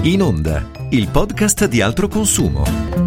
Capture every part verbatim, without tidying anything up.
In Onda, il podcast di Altro Consumo.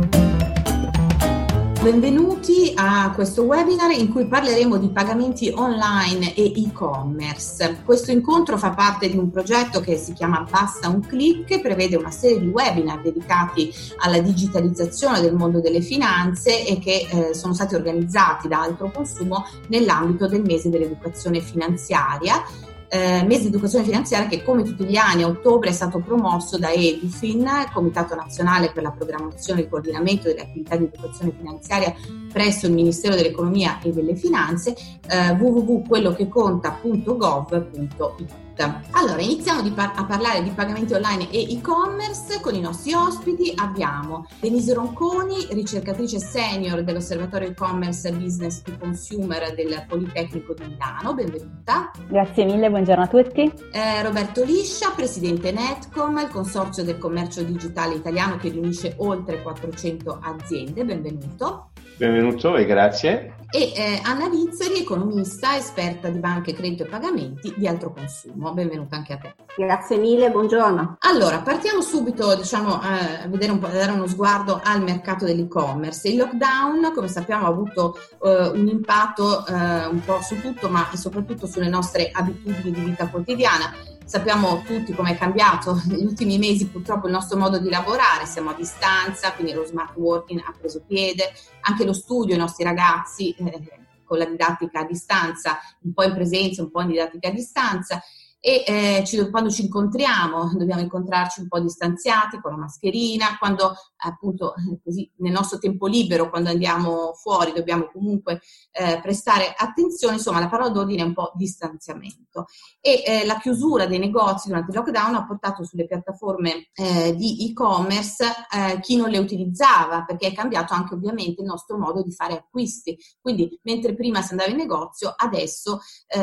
Benvenuti a questo webinar in cui parleremo di pagamenti online e e-commerce. Questo incontro fa parte di un progetto che si chiama Basta un click, che prevede una serie di webinar dedicati alla digitalizzazione del mondo delle finanze e che eh, sono stati organizzati da Altro Consumo nell'ambito del mese dell'educazione finanziaria. Eh, mese di educazione finanziaria che, come tutti gli anni, a ottobre è stato promosso da Edufin, il Comitato Nazionale per la Programmazione e il Coordinamento delle Attività di Educazione Finanziaria presso il Ministero dell'Economia e delle Finanze, eh, w w w punto quello che conta punto gov punto i t. Allora, iniziamo di par- a parlare di pagamenti online e e-commerce con i nostri ospiti. Abbiamo Denise Ronconi, ricercatrice senior dell'Osservatorio e-commerce Business to Consumer del Politecnico di Milano, benvenuta. Grazie mille, buongiorno a tutti. Eh, Roberto Liscia, presidente Netcom, il consorzio del commercio digitale italiano che riunisce oltre quattrocento aziende, benvenuto. Benvenuto e grazie. E eh, Anna Vizzeri, economista, esperta di banche, credito e pagamenti di Altro Consumo. Benvenuta anche a te. Grazie mille, buongiorno. Allora, partiamo subito, diciamo, a vedere un po', a dare uno sguardo al mercato dell'e-commerce. Il lockdown, come sappiamo, ha avuto eh, un impatto eh, un po' su tutto, ma soprattutto sulle nostre abitudini di vita quotidiana. Sappiamo tutti come è cambiato negli ultimi mesi purtroppo il nostro modo di lavorare, siamo a distanza, quindi lo smart working ha preso piede, anche lo studio, i nostri ragazzi eh, con la didattica a distanza, un po' in presenza, un po' in didattica a distanza. E eh, ci, quando ci incontriamo dobbiamo incontrarci un po' distanziati con la mascherina, quando appunto così nel nostro tempo libero, quando andiamo fuori, dobbiamo comunque eh, prestare attenzione. Insomma, la parola d'ordine è un po' distanziamento. E eh, la chiusura dei negozi durante il lockdown ha portato sulle piattaforme eh, di e-commerce eh, chi non le utilizzava, perché è cambiato anche ovviamente il nostro modo di fare acquisti. Quindi mentre prima si andava in negozio, adesso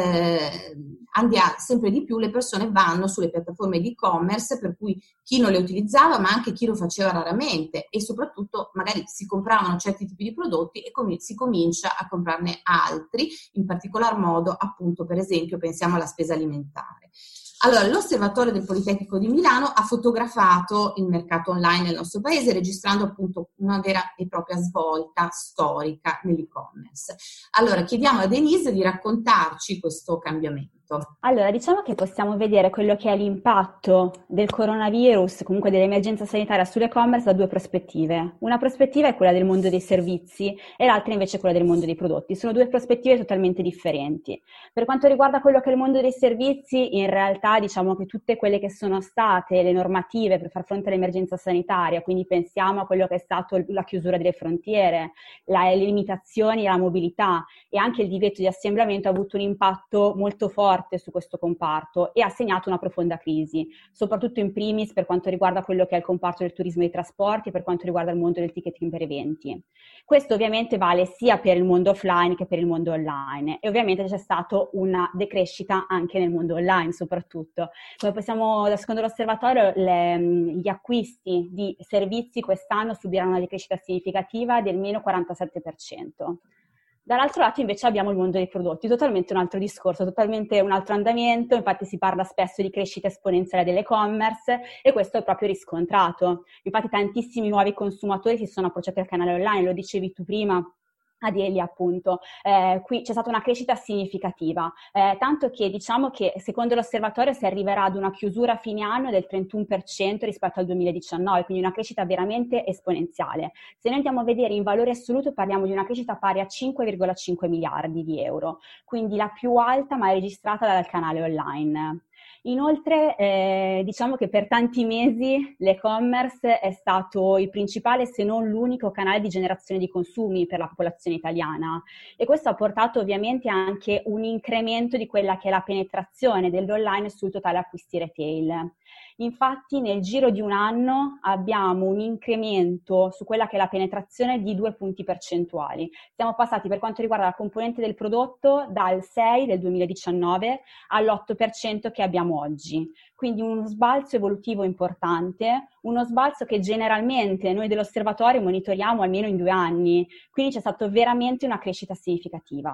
eh, andiamo sempre di più le persone vanno sulle piattaforme di e-commerce, per cui chi non le utilizzava, ma anche chi lo faceva raramente, e soprattutto magari si compravano certi tipi di prodotti e com- si comincia a comprarne altri, in particolar modo appunto, per esempio, pensiamo alla spesa alimentare. Allora, l'Osservatorio del Politecnico di Milano ha fotografato il mercato online nel nostro paese, registrando appunto una vera e propria svolta storica nell'e-commerce. Allora, chiediamo a Denise di raccontarci questo cambiamento. Allora, diciamo che possiamo vedere quello che è l'impatto del coronavirus, comunque dell'emergenza sanitaria sull'e-commerce, da due prospettive. Una prospettiva è quella del mondo dei servizi e l'altra invece è quella del mondo dei prodotti. Sono due prospettive totalmente differenti. Per quanto riguarda quello che è il mondo dei servizi, in realtà diciamo che tutte quelle che sono state le normative per far fronte all'emergenza sanitaria, quindi pensiamo a quello che è stato la chiusura delle frontiere, la, le limitazioni alla mobilità e anche il divieto di assemblamento, ha avuto un impatto molto forte su questo comparto e ha segnato una profonda crisi, soprattutto in primis per quanto riguarda quello che è il comparto del turismo e dei trasporti e per quanto riguarda il mondo del ticketing per eventi. Questo ovviamente vale sia per il mondo offline che per il mondo online, e ovviamente c'è stata una decrescita anche nel mondo online soprattutto. Come possiamo, secondo l'osservatorio, le, gli acquisti di servizi quest'anno subiranno una decrescita significativa del meno quarantasette per cento. Dall'altro lato invece abbiamo il mondo dei prodotti, totalmente un altro discorso, totalmente un altro andamento. Infatti si parla spesso di crescita esponenziale dell'e-commerce e questo è proprio riscontrato. Infatti tantissimi nuovi consumatori si sono approcciati al canale online, lo dicevi tu prima, Adelia, appunto. Eh, qui c'è stata una crescita significativa, eh, tanto che diciamo che secondo l'osservatorio si arriverà ad una chiusura a fine anno del trentuno per cento rispetto al duemiladiciannove, quindi una crescita veramente esponenziale. Se noi andiamo a vedere in valore assoluto parliamo di una crescita pari a cinque virgola cinque miliardi di euro, quindi la più alta mai registrata dal canale online. Inoltre eh, diciamo che per tanti mesi l'e-commerce è stato il principale, se non l'unico, canale di generazione di consumi per la popolazione italiana, e questo ha portato ovviamente anche un incremento di quella che è la penetrazione dell'online sul totale acquisti retail. Infatti nel giro di un anno abbiamo un incremento su quella che è la penetrazione di due punti percentuali. Siamo passati, per quanto riguarda la componente del prodotto, dal sei del duemiladiciannove all'otto per cento che abbiamo oggi. Quindi uno sbalzo evolutivo importante, uno sbalzo che generalmente noi dell'osservatorio monitoriamo almeno in due anni, quindi c'è stata veramente una crescita significativa.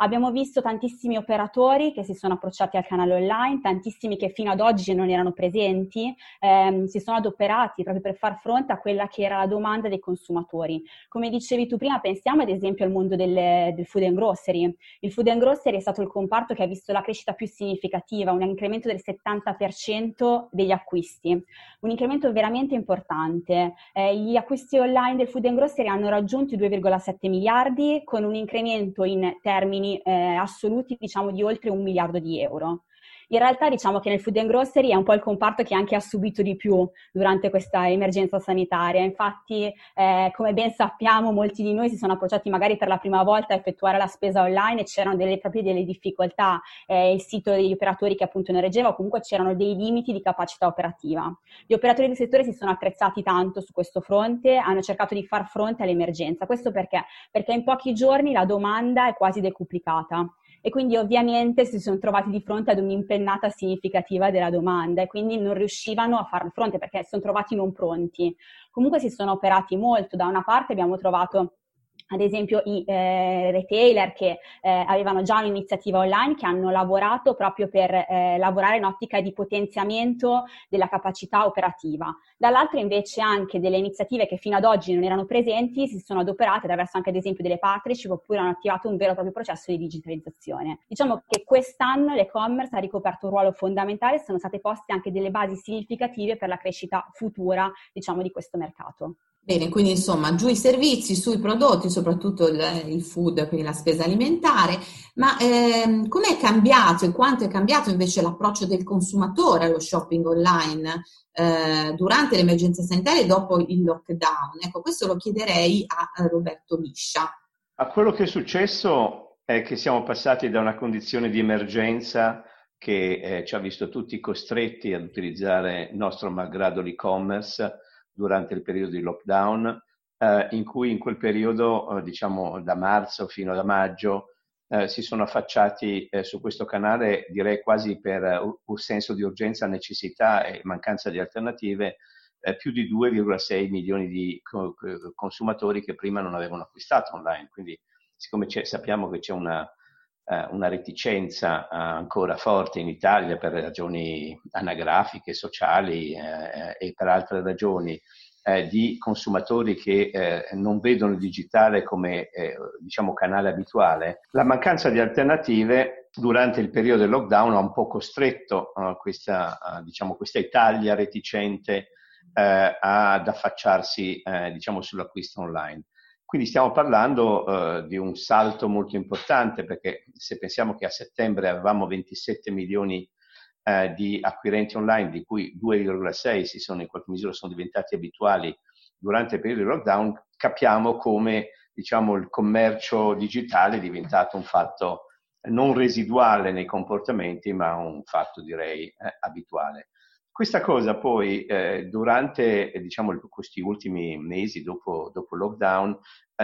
Abbiamo visto tantissimi operatori che si sono approcciati al canale online, tantissimi che fino ad oggi non erano presenti, ehm, si sono adoperati proprio per far fronte a quella che era la domanda dei consumatori. Come dicevi tu prima, pensiamo ad esempio al mondo del, del food and grocery. Il food and grocery è stato il comparto che ha visto la crescita più significativa, un incremento del settanta per cento degli acquisti, un incremento veramente importante. Eh, gli acquisti online del food and grocery hanno raggiunto i due virgola sette miliardi, con un incremento in termini eh, assoluti, diciamo, di oltre un miliardo di euro. In realtà diciamo che nel food and grocery è un po' il comparto che anche ha subito di più durante questa emergenza sanitaria. Infatti, eh, come ben sappiamo, molti di noi si sono approcciati magari per la prima volta a effettuare la spesa online e c'erano delle, proprio delle difficoltà, eh, il sito degli operatori che appunto non reggeva, o comunque c'erano dei limiti di capacità operativa. Gli operatori del settore si sono attrezzati tanto su questo fronte, hanno cercato di far fronte all'emergenza. Questo perché? Perché in pochi giorni la domanda è quasi decuplicata. E quindi ovviamente si sono trovati di fronte ad un'impennata significativa della domanda e quindi non riuscivano a far fronte perché si sono trovati non pronti. Comunque si sono operati molto. Da una parte abbiamo trovato ad esempio i eh, retailer che eh, avevano già un'iniziativa online, che hanno lavorato proprio per eh, lavorare in ottica di potenziamento della capacità operativa. Dall'altro invece anche delle iniziative che fino ad oggi non erano presenti si sono adoperate attraverso anche ad esempio delle partnership, oppure hanno attivato un vero e proprio processo di digitalizzazione. Diciamo che quest'anno l'e-commerce ha ricoperto un ruolo fondamentale e sono state poste anche delle basi significative per la crescita futura, diciamo, di questo mercato. Bene, quindi insomma giù i servizi, sui prodotti, soprattutto il, il food, quindi la spesa alimentare, ma ehm, com'è cambiato e quanto è cambiato invece l'approccio del consumatore allo shopping online eh, durante l'emergenza sanitaria e dopo il lockdown? Ecco, questo lo chiederei a, a Roberto Miscia. A quello che è successo è che siamo passati da una condizione di emergenza che eh, ci ha visto tutti costretti ad utilizzare nostro malgrado l'e-commerce durante il periodo di lockdown, eh, in cui in quel periodo, eh, diciamo da marzo fino a maggio, eh, si sono affacciati eh, su questo canale, direi quasi per uh, un senso di urgenza, necessità e mancanza di alternative, eh, più di due virgola sei milioni di co- consumatori che prima non avevano acquistato online. Quindi, siccome c'è, sappiamo che c'è una, eh, una reticenza eh, ancora forte in Italia per ragioni anagrafiche, sociali eh, e per altre ragioni, eh, di consumatori che eh, non vedono il digitale come eh, diciamo canale abituale, la mancanza di alternative durante il periodo del lockdown ha un po' costretto uh, questa, uh, diciamo, questa Italia reticente uh, ad affacciarsi uh, diciamo, sull'acquisto online. Quindi stiamo parlando uh, di un salto molto importante, perché se pensiamo che a settembre avevamo ventisette milioni uh, di acquirenti online, di cui due virgola sei si sono in qualche misura sono diventati abituali durante il periodo di lockdown, capiamo come diciamo, il commercio digitale è diventato un fatto non residuale nei comportamenti, ma un fatto direi eh, abituale. Questa cosa poi eh, durante eh, diciamo, questi ultimi mesi dopo, dopo il lockdown, eh,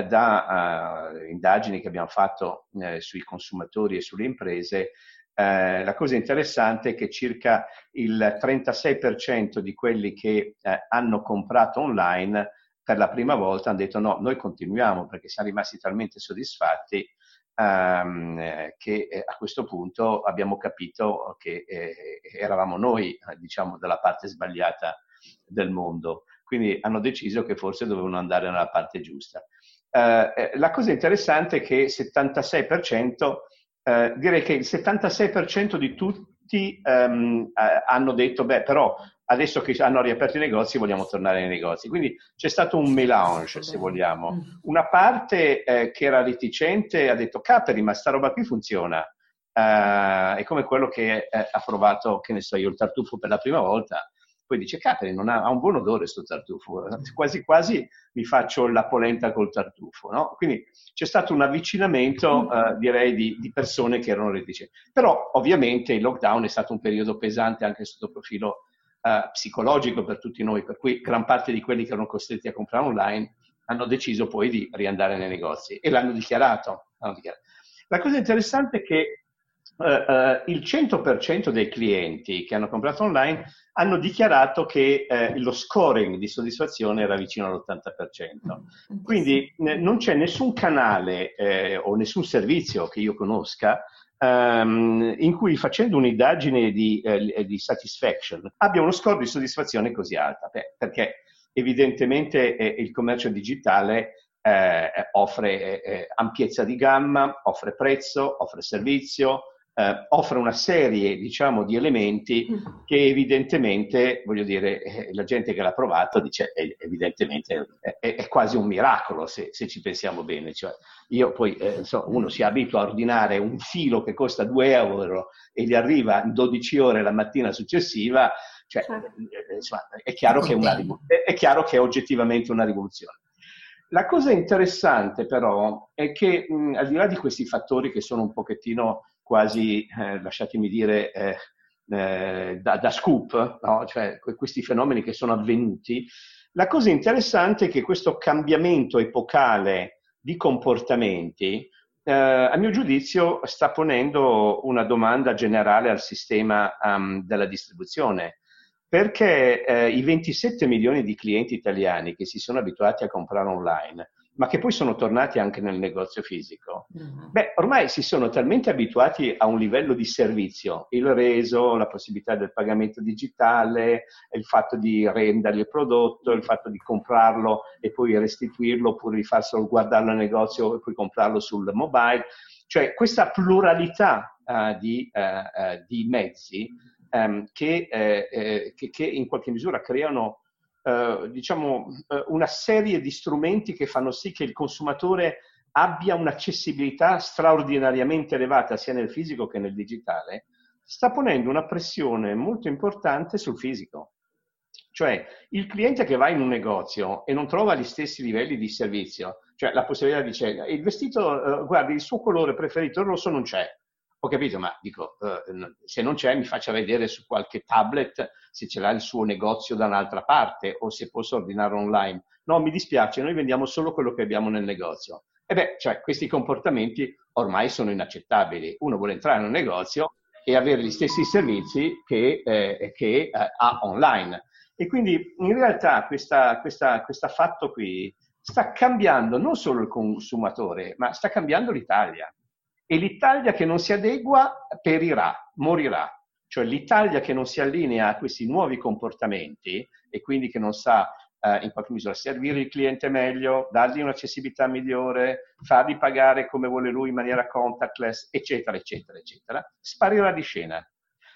da uh, indagini che abbiamo fatto eh, sui consumatori e sulle imprese, eh, la cosa interessante è che circa il trentasei per cento di quelli che eh, hanno comprato online per la prima volta hanno detto no, noi continuiamo perché siamo rimasti talmente soddisfatti Um, eh, che eh, a questo punto abbiamo capito che eh, eravamo noi, eh, diciamo, dalla parte sbagliata del mondo. Quindi hanno deciso che forse dovevano andare nella parte giusta. Uh, eh, la cosa interessante è che il settantasei per cento, eh, direi che il settantasei per cento di tutti um, eh, hanno detto, beh, però adesso che hanno riaperto i negozi vogliamo tornare nei negozi. Quindi c'è stato un mélange, se vogliamo. Una parte eh, che era reticente ha detto, caperi, ma sta roba qui funziona. Uh, è come quello che eh, ha provato, che ne so io, il tartufo per la prima volta. Poi dice, caperi, non ha, ha un buon odore sto tartufo. Quasi quasi mi faccio la polenta col tartufo, no? Quindi c'è stato un avvicinamento, uh, direi, di, di persone che erano reticenti. Però ovviamente il lockdown è stato un periodo pesante anche sotto il profilo Uh, psicologico per tutti noi, per cui gran parte di quelli che erano costretti a comprare online hanno deciso poi di riandare nei negozi e l'hanno dichiarato. L'hanno dichiarato. La cosa interessante è che Uh, uh, il cento per cento dei clienti che hanno comprato online hanno dichiarato che uh, lo scoring di soddisfazione era vicino all'ottanta per cento. Quindi eh, non c'è nessun canale eh, o nessun servizio che io conosca um, in cui, facendo un'indagine di, eh, di satisfaction, abbia uno score di soddisfazione così alta. Beh, perché evidentemente eh, il commercio digitale eh, offre eh, ampiezza di gamma, offre prezzo, offre servizio, Uh, offre una serie, diciamo, di elementi che evidentemente, voglio dire, eh, la gente che l'ha provato dice eh, evidentemente è, è, è quasi un miracolo se, se ci pensiamo bene. Cioè, io poi, eh, so, uno si abitua a ordinare un filo che costa due euro e gli arriva in dodici ore la mattina successiva, cioè, eh, insomma, è, chiaro che è, una, è chiaro che è oggettivamente una rivoluzione. La cosa interessante però è che mh, al di là di questi fattori che sono un pochettino quasi, eh, lasciatemi dire, eh, eh, da, da scoop, no? Cioè questi fenomeni che sono avvenuti, la cosa interessante è che questo cambiamento epocale di comportamenti, eh, a mio giudizio, sta ponendo una domanda generale al sistema um, della distribuzione, perché eh, i ventisette milioni di clienti italiani che si sono abituati a comprare online, ma che poi sono tornati anche nel negozio fisico, uh-huh. beh, ormai si sono talmente abituati a un livello di servizio, il reso, la possibilità del pagamento digitale, il fatto di rendere il prodotto, il fatto di comprarlo e poi restituirlo, oppure di farselo guardarlo al negozio e poi comprarlo sul mobile. Cioè questa pluralità uh, di, uh, uh, di mezzi um, che, uh, uh, che, che in qualche misura creano Uh, diciamo, uh, una serie di strumenti che fanno sì che il consumatore abbia un'accessibilità straordinariamente elevata sia nel fisico che nel digitale, sta ponendo una pressione molto importante sul fisico. Cioè, il cliente che va in un negozio e non trova gli stessi livelli di servizio, cioè la possibilità di dire, il vestito, uh, guardi, il suo colore preferito, il rosso non c'è. Ho capito, ma dico, uh, se non c'è mi faccia vedere su qualche tablet se ce l'ha il suo negozio da un'altra parte o se posso ordinare online. No, mi dispiace, noi vendiamo solo quello che abbiamo nel negozio. E beh, cioè, questi comportamenti ormai sono inaccettabili. Uno vuole entrare in un negozio e avere gli stessi servizi che, eh, che eh, ha online. E quindi in realtà questa, questa, questo fatto qui sta cambiando non solo il consumatore, ma sta cambiando l'Italia. E l'Italia che non si adegua perirà, morirà. Cioè l'Italia che non si allinea a questi nuovi comportamenti e quindi che non sa eh, in qualche misura servire il cliente meglio, dargli un'accessibilità migliore, fargli pagare come vuole lui in maniera contactless, eccetera, eccetera, eccetera, sparirà di scena.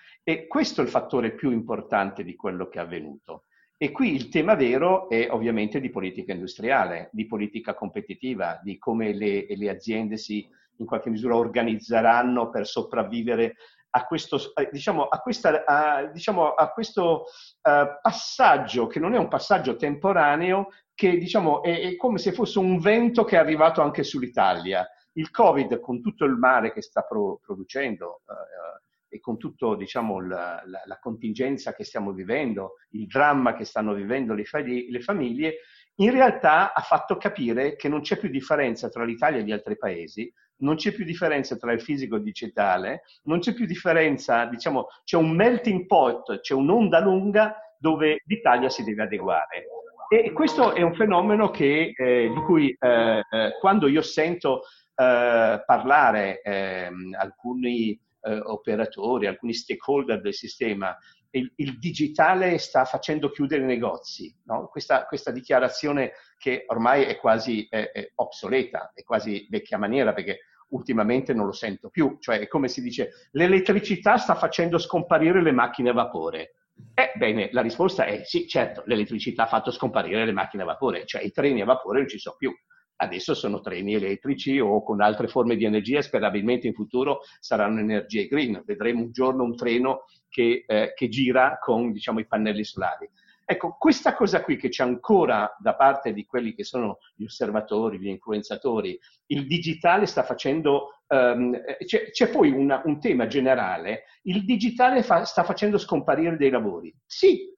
E questo è il fattore più importante di quello che è avvenuto. E qui il tema vero è ovviamente di politica industriale, di politica competitiva, di come le, le aziende si in qualche misura organizzeranno per sopravvivere a questo, diciamo, a questa, a, diciamo, a questo uh, passaggio, che non è un passaggio temporaneo, che diciamo, è, è come se fosse un vento che è arrivato anche sull'Italia. Il Covid, con tutto il male che sta pro, producendo uh, e con tutto, diciamo, la, la, la contingenza che stiamo vivendo, il dramma che stanno vivendo le, fagli, le famiglie, in realtà ha fatto capire che non c'è più differenza tra l'Italia e gli altri paesi, non c'è più differenza tra il fisico e il digitale, non c'è più differenza, diciamo, c'è un melting pot, c'è un'onda lunga dove l'Italia si deve adeguare. E questo è un fenomeno che, eh, di cui eh, eh, quando io sento eh, parlare eh, alcuni eh, operatori, alcuni stakeholder del sistema, il, il digitale sta facendo chiudere i negozi, no? Questa, questa dichiarazione che ormai è quasi è, è obsoleta, è quasi vecchia maniera, perché ultimamente non lo sento più. Cioè è come si dice, l'elettricità sta facendo scomparire le macchine a vapore. Ebbene, la risposta è sì, certo, l'elettricità ha fatto scomparire le macchine a vapore, cioè i treni a vapore non ci sono più. Adesso sono treni elettrici o con altre forme di energia, sperabilmente in futuro saranno energie green. Vedremo un giorno un treno che, eh, che gira con, diciamo, i pannelli solari. Ecco, questa cosa qui che c'è ancora da parte di quelli che sono gli osservatori, gli influenzatori, il digitale sta facendo, um, c'è, c'è poi una, un tema generale, il digitale fa, sta facendo scomparire dei lavori. Sì,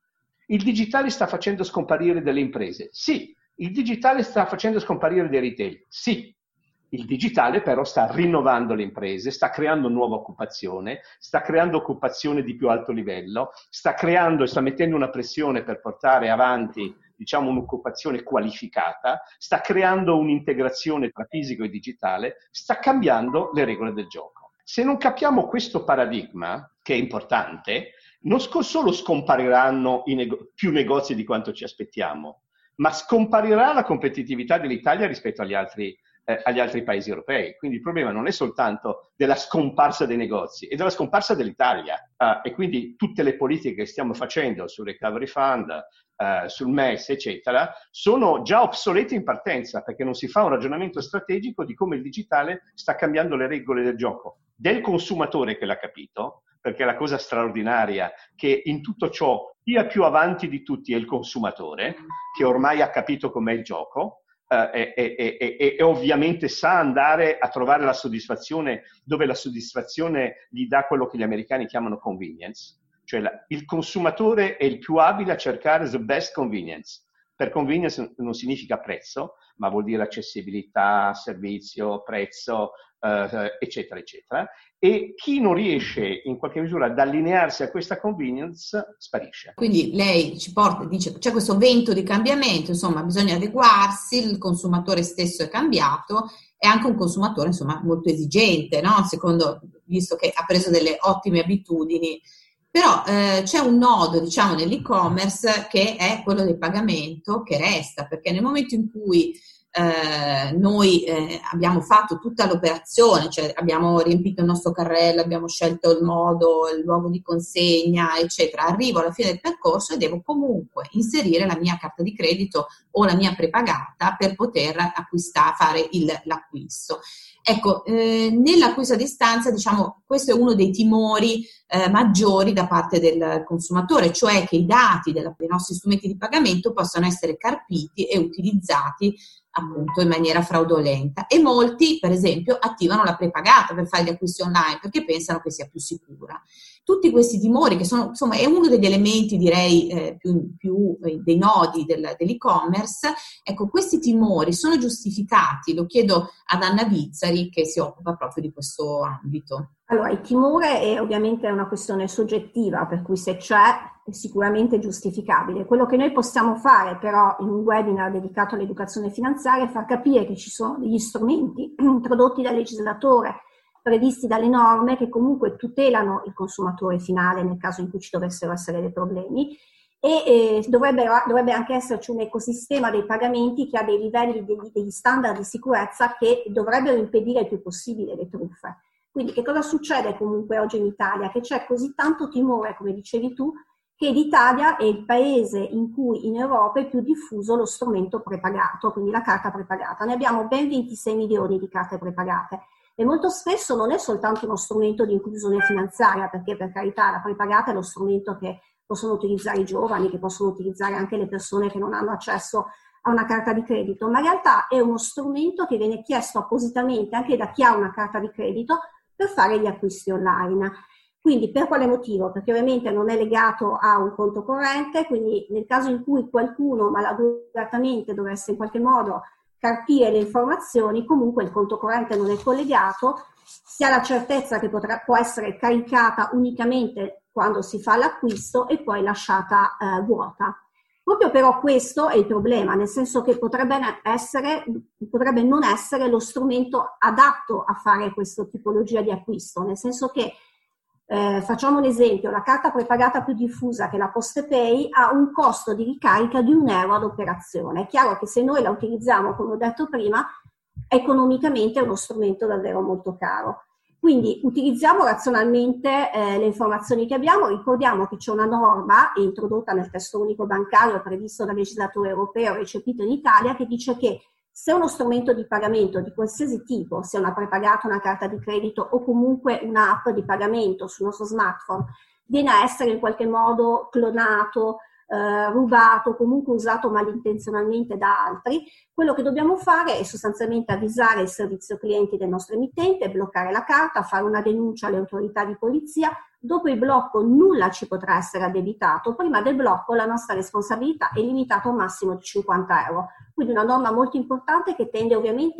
il digitale sta facendo scomparire delle imprese. Sì, il digitale sta facendo scomparire dei retail. Sì, Il digitale però sta rinnovando le imprese, sta creando nuova occupazione, sta creando occupazione di più alto livello, sta creando e sta mettendo una pressione per portare avanti, diciamo, un'occupazione qualificata, sta creando un'integrazione tra fisico e digitale, sta cambiando le regole del gioco. Se non capiamo questo paradigma, che è importante, non solo scompariranno i nego- più negozi di quanto ci aspettiamo, ma scomparirà la competitività dell'Italia rispetto agli altri, eh, agli altri paesi europei. Quindi il problema non è soltanto della scomparsa dei negozi, è della scomparsa dell'Italia. Uh, e quindi tutte le politiche che stiamo facendo sul Recovery Fund, uh, sul M E S, eccetera, sono già obsolete in partenza, perché non si fa un ragionamento strategico di come il digitale sta cambiando le regole del gioco del consumatore, che l'ha capito, perché la cosa straordinaria che in tutto ciò sia più avanti di tutti è il consumatore, che ormai ha capito com'è il gioco, eh, e, e, e, e ovviamente sa andare a trovare la soddisfazione dove la soddisfazione gli dà quello che gli americani chiamano convenience, cioè la, il consumatore è il più abile a cercare the best convenience. Per convenience non significa prezzo, ma vuol dire accessibilità, servizio, prezzo, eh, eccetera, eccetera. E chi non riesce in qualche misura ad allinearsi a questa convenience sparisce. Quindi lei ci porta, dice, c'è questo vento di cambiamento, insomma, bisogna adeguarsi, il consumatore stesso è cambiato, è anche un consumatore, insomma, molto esigente, no? Secondo, visto che ha preso delle ottime abitudini. Però eh, c'è un nodo, diciamo, nell'e-commerce che è quello del pagamento, che resta, perché nel momento in cui eh, noi eh, abbiamo fatto tutta l'operazione, cioè abbiamo riempito il nostro carrello, abbiamo scelto il modo, il luogo di consegna, eccetera, arrivo alla fine del percorso e devo comunque inserire la mia carta di credito o la mia prepagata per poter acquistare, fare il, l'acquisto. Ecco, eh, nell'acquisto a distanza, diciamo, questo è uno dei timori eh, maggiori da parte del consumatore, cioè che i dati della, dei nostri strumenti di pagamento possano essere carpiti e utilizzati appunto in maniera fraudolenta. E molti, per esempio, attivano la prepagata per fare gli acquisti online perché pensano che sia più sicura. Tutti questi timori, che sono, insomma, è uno degli elementi, direi, eh, più, più eh, dei nodi del, dell'e-commerce. Ecco, questi timori sono giustificati? Lo chiedo ad Anna Vizzari, che si occupa proprio di questo ambito. Allora, il timore è ovviamente una questione soggettiva, per cui se c'è è sicuramente giustificabile. Quello che noi possiamo fare però in un webinar dedicato all'educazione finanziaria è far capire che ci sono degli strumenti introdotti dal legislatore, previsti dalle norme, che comunque tutelano il consumatore finale nel caso in cui ci dovessero essere dei problemi, e eh, dovrebbe, dovrebbe anche esserci un ecosistema dei pagamenti che ha dei livelli, degli, degli standard di sicurezza che dovrebbero impedire il più possibile le truffe. Quindi che cosa succede comunque oggi in Italia? Che c'è così tanto timore, come dicevi tu, che l'Italia è il paese in cui in Europa è più diffuso lo strumento prepagato, quindi la carta prepagata. Ne abbiamo ben ventisei milioni di carte prepagate. E molto spesso non è soltanto uno strumento di inclusione finanziaria, perché per carità la prepagata è lo strumento che possono utilizzare i giovani, che possono utilizzare anche le persone che non hanno accesso a una carta di credito, ma in realtà è uno strumento che viene chiesto appositamente anche da chi ha una carta di credito per fare gli acquisti online. Quindi per quale motivo? Perché ovviamente non è legato a un conto corrente, quindi nel caso in cui qualcuno malauguratamente dovesse in qualche modo carpire le informazioni, comunque il conto corrente non è collegato, si ha la certezza che potrà, può essere caricata unicamente quando si fa l'acquisto e poi lasciata eh, vuota. Proprio però questo è il problema, nel senso che potrebbe, essere, potrebbe non essere lo strumento adatto a fare questa tipologia di acquisto, nel senso che Eh, facciamo un esempio, la carta prepagata più diffusa, che è la PostePay, ha un costo di ricarica di un euro ad operazione. È chiaro che se noi la utilizziamo, come ho detto prima, economicamente è uno strumento davvero molto caro. Quindi utilizziamo razionalmente eh, le informazioni che abbiamo, ricordiamo che c'è una norma introdotta nel testo unico bancario previsto dal legislatore europeo, recepito in Italia, che dice che se uno strumento di pagamento di qualsiasi tipo, sia una prepagata, una carta di credito o comunque un'app di pagamento sul nostro smartphone, viene a essere in qualche modo clonato, eh, rubato, comunque usato malintenzionalmente da altri, quello che dobbiamo fare è sostanzialmente avvisare il servizio clienti del nostro emittente, bloccare la carta, fare una denuncia alle autorità di polizia. Dopo il blocco nulla ci potrà essere addebitato, prima del blocco la nostra responsabilità è limitata a un massimo di cinquanta euro. Quindi una norma molto importante che tende ovviamente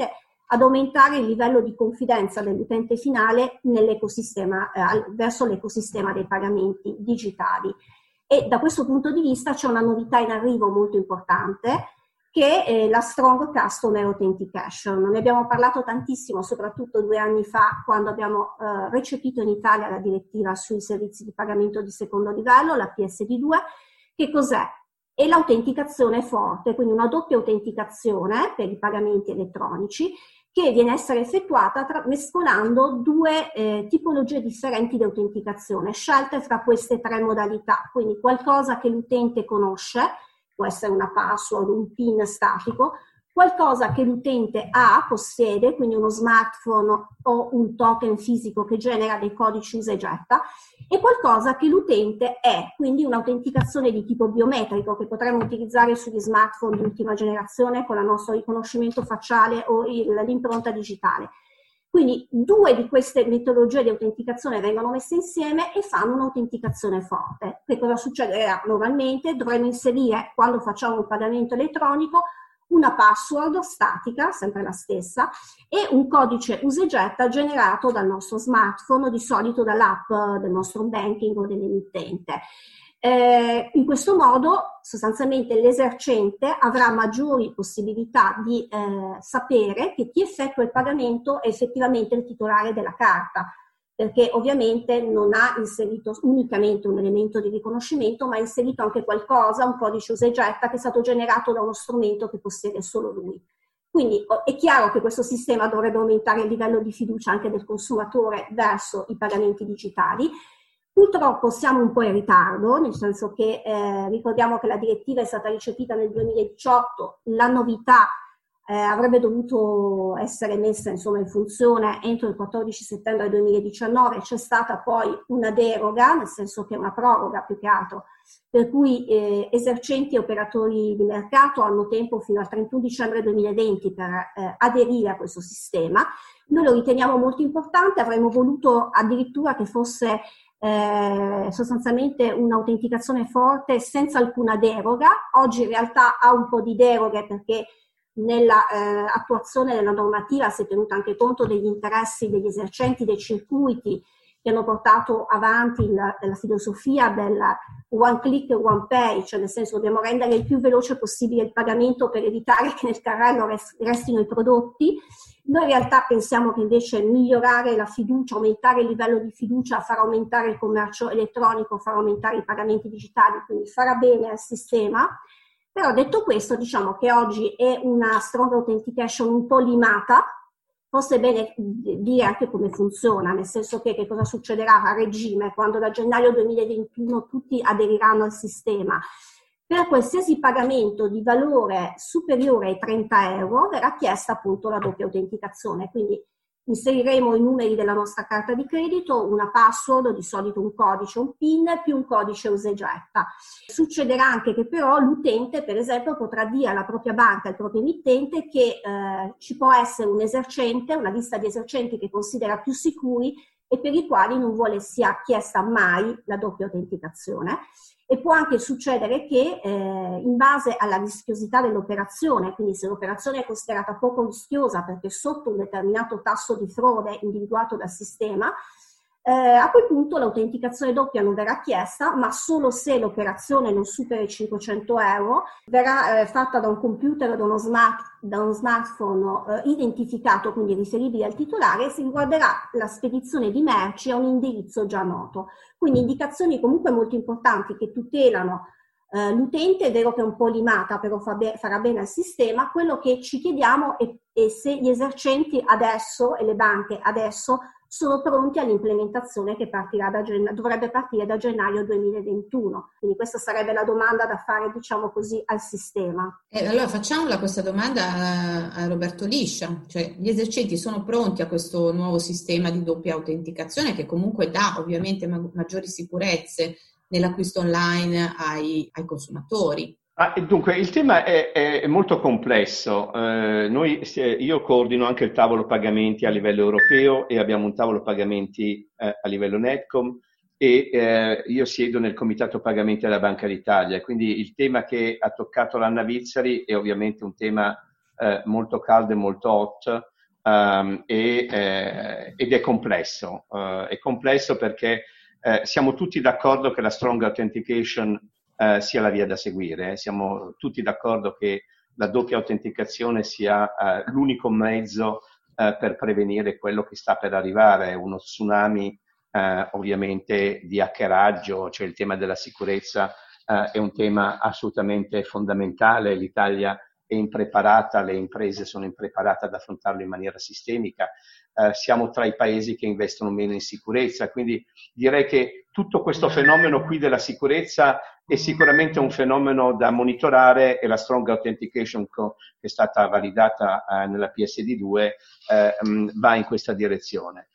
ad aumentare il livello di confidenza dell'utente finale nell'ecosistema, eh, verso l'ecosistema dei pagamenti digitali. E da questo punto di vista c'è una novità in arrivo molto importante, che è la Strong Customer Authentication. Ne abbiamo parlato tantissimo, soprattutto due anni fa, quando abbiamo eh, recepito in Italia la direttiva sui servizi di pagamento di secondo livello, la P S D due. Che cos'è? È l'autenticazione forte, quindi una doppia autenticazione per i pagamenti elettronici, che viene a essere effettuata tra, mescolando due eh, tipologie differenti di autenticazione, scelte fra queste tre modalità, quindi qualcosa che l'utente conosce, può essere una password, un PIN statico, qualcosa che l'utente ha, possiede, quindi uno smartphone o un token fisico che genera dei codici usa e getta, e qualcosa che l'utente è, quindi un'autenticazione di tipo biometrico che potremmo utilizzare sugli smartphone di ultima generazione con il nostro riconoscimento facciale o il, l'impronta digitale. Quindi due di queste metodologie di autenticazione vengono messe insieme e fanno un'autenticazione forte. Che cosa succederà normalmente? Dovremo inserire, quando facciamo un pagamento elettronico, una password statica, sempre la stessa, e un codice usa e getta generato dal nostro smartphone, di solito dall'app del nostro banking o dell'emittente. Eh, in questo modo sostanzialmente l'esercente avrà maggiori possibilità di eh, sapere che chi effettua il pagamento è effettivamente il titolare della carta, perché ovviamente non ha inserito unicamente un elemento di riconoscimento, ma ha inserito anche qualcosa, un codice usa e getta che è stato generato da uno strumento che possiede solo lui. Quindi è chiaro che questo sistema dovrebbe aumentare il livello di fiducia anche del consumatore verso i pagamenti digitali. Purtroppo siamo un po' in ritardo, nel senso che eh, ricordiamo che la direttiva è stata recepita nel duemiladiciotto, la novità eh, avrebbe dovuto essere messa insomma in funzione entro il quattordici settembre duemiladiciannove, c'è stata poi una deroga, nel senso che è una proroga più che altro, per cui eh, esercenti e operatori di mercato hanno tempo fino al trentuno dicembre duemilaventi per eh, aderire a questo sistema. Noi lo riteniamo molto importante, avremmo voluto addirittura che fosse Eh, sostanzialmente un'autenticazione forte senza alcuna deroga. Oggi in realtà ha un po' di deroghe perché nella eh, attuazione della normativa si è tenuto anche conto degli interessi degli esercenti, dei circuiti che hanno portato avanti la, la filosofia del one click one pay, cioè nel senso dobbiamo rendere il più veloce possibile il pagamento per evitare che nel carrello restino i prodotti. Noi in realtà pensiamo che invece migliorare la fiducia, aumentare il livello di fiducia, far aumentare il commercio elettronico, far aumentare i pagamenti digitali, quindi farà bene al sistema. Però detto questo, diciamo che oggi è una strong authentication un po' limata, forse è bene dire anche come funziona, nel senso che che cosa succederà a regime quando da gennaio duemilaventuno tutti aderiranno al sistema. Per qualsiasi pagamento di valore superiore ai trenta euro verrà chiesta appunto la doppia autenticazione, quindi inseriremo i numeri della nostra carta di credito, una password, di solito un codice, un PIN, più un codice usa e getta. Succederà anche che però l'utente, per esempio, potrà dire alla propria banca, al proprio emittente, che eh, ci può essere un esercente, una lista di esercenti che considera più sicuri e per i quali non vuole sia chiesta mai la doppia autenticazione. E può anche succedere che eh, in base alla rischiosità dell'operazione, quindi se l'operazione è considerata poco rischiosa perché sotto un determinato tasso di frode individuato dal sistema, eh, a quel punto l'autenticazione doppia non verrà chiesta, ma solo se l'operazione non supera i cinquecento euro, verrà eh, fatta da un computer o da uno, smart, da uno smartphone eh, identificato, quindi riferibile al titolare, e si riguarderà la spedizione di merci a un indirizzo già noto. Quindi indicazioni comunque molto importanti che tutelano eh, l'utente, è vero che è un po' limata, però fa be- farà bene al sistema. Quello che ci chiediamo è, è se gli esercenti adesso e le banche adesso sono pronti all'implementazione che partirà da genna- dovrebbe partire da gennaio duemilaventuno. Quindi questa sarebbe la domanda da fare, diciamo così, al sistema. Eh, allora facciamola questa domanda a, a Roberto Liscia, cioè gli esercenti sono pronti a questo nuovo sistema di doppia autenticazione che comunque dà ovviamente ma- maggiori sicurezze nell'acquisto online ai, ai consumatori? Ah, dunque, il tema è, è molto complesso. Eh, noi, io coordino anche il tavolo pagamenti a livello europeo e abbiamo un tavolo pagamenti eh, a livello Netcom e eh, io siedo nel comitato pagamenti della Banca d'Italia. Quindi il tema che ha toccato l'Anna Vizzari è ovviamente un tema eh, molto caldo e molto hot. um, e, eh, ed è complesso. Uh, è complesso perché eh, siamo tutti d'accordo che la strong authentication eh, sia la via da seguire, eh. Siamo tutti d'accordo che la doppia autenticazione sia eh, l'unico mezzo eh, per prevenire quello che sta per arrivare, uno tsunami eh, ovviamente di hackeraggio, cioè il tema della sicurezza eh, è un tema assolutamente fondamentale. L'Italia è impreparata, le imprese sono impreparate ad affrontarlo in maniera sistemica, eh, siamo tra i paesi che investono meno in sicurezza, quindi direi che tutto questo fenomeno qui della sicurezza è sicuramente un fenomeno da monitorare, e la strong authentication che è stata validata eh, nella P S D due eh, va in questa direzione.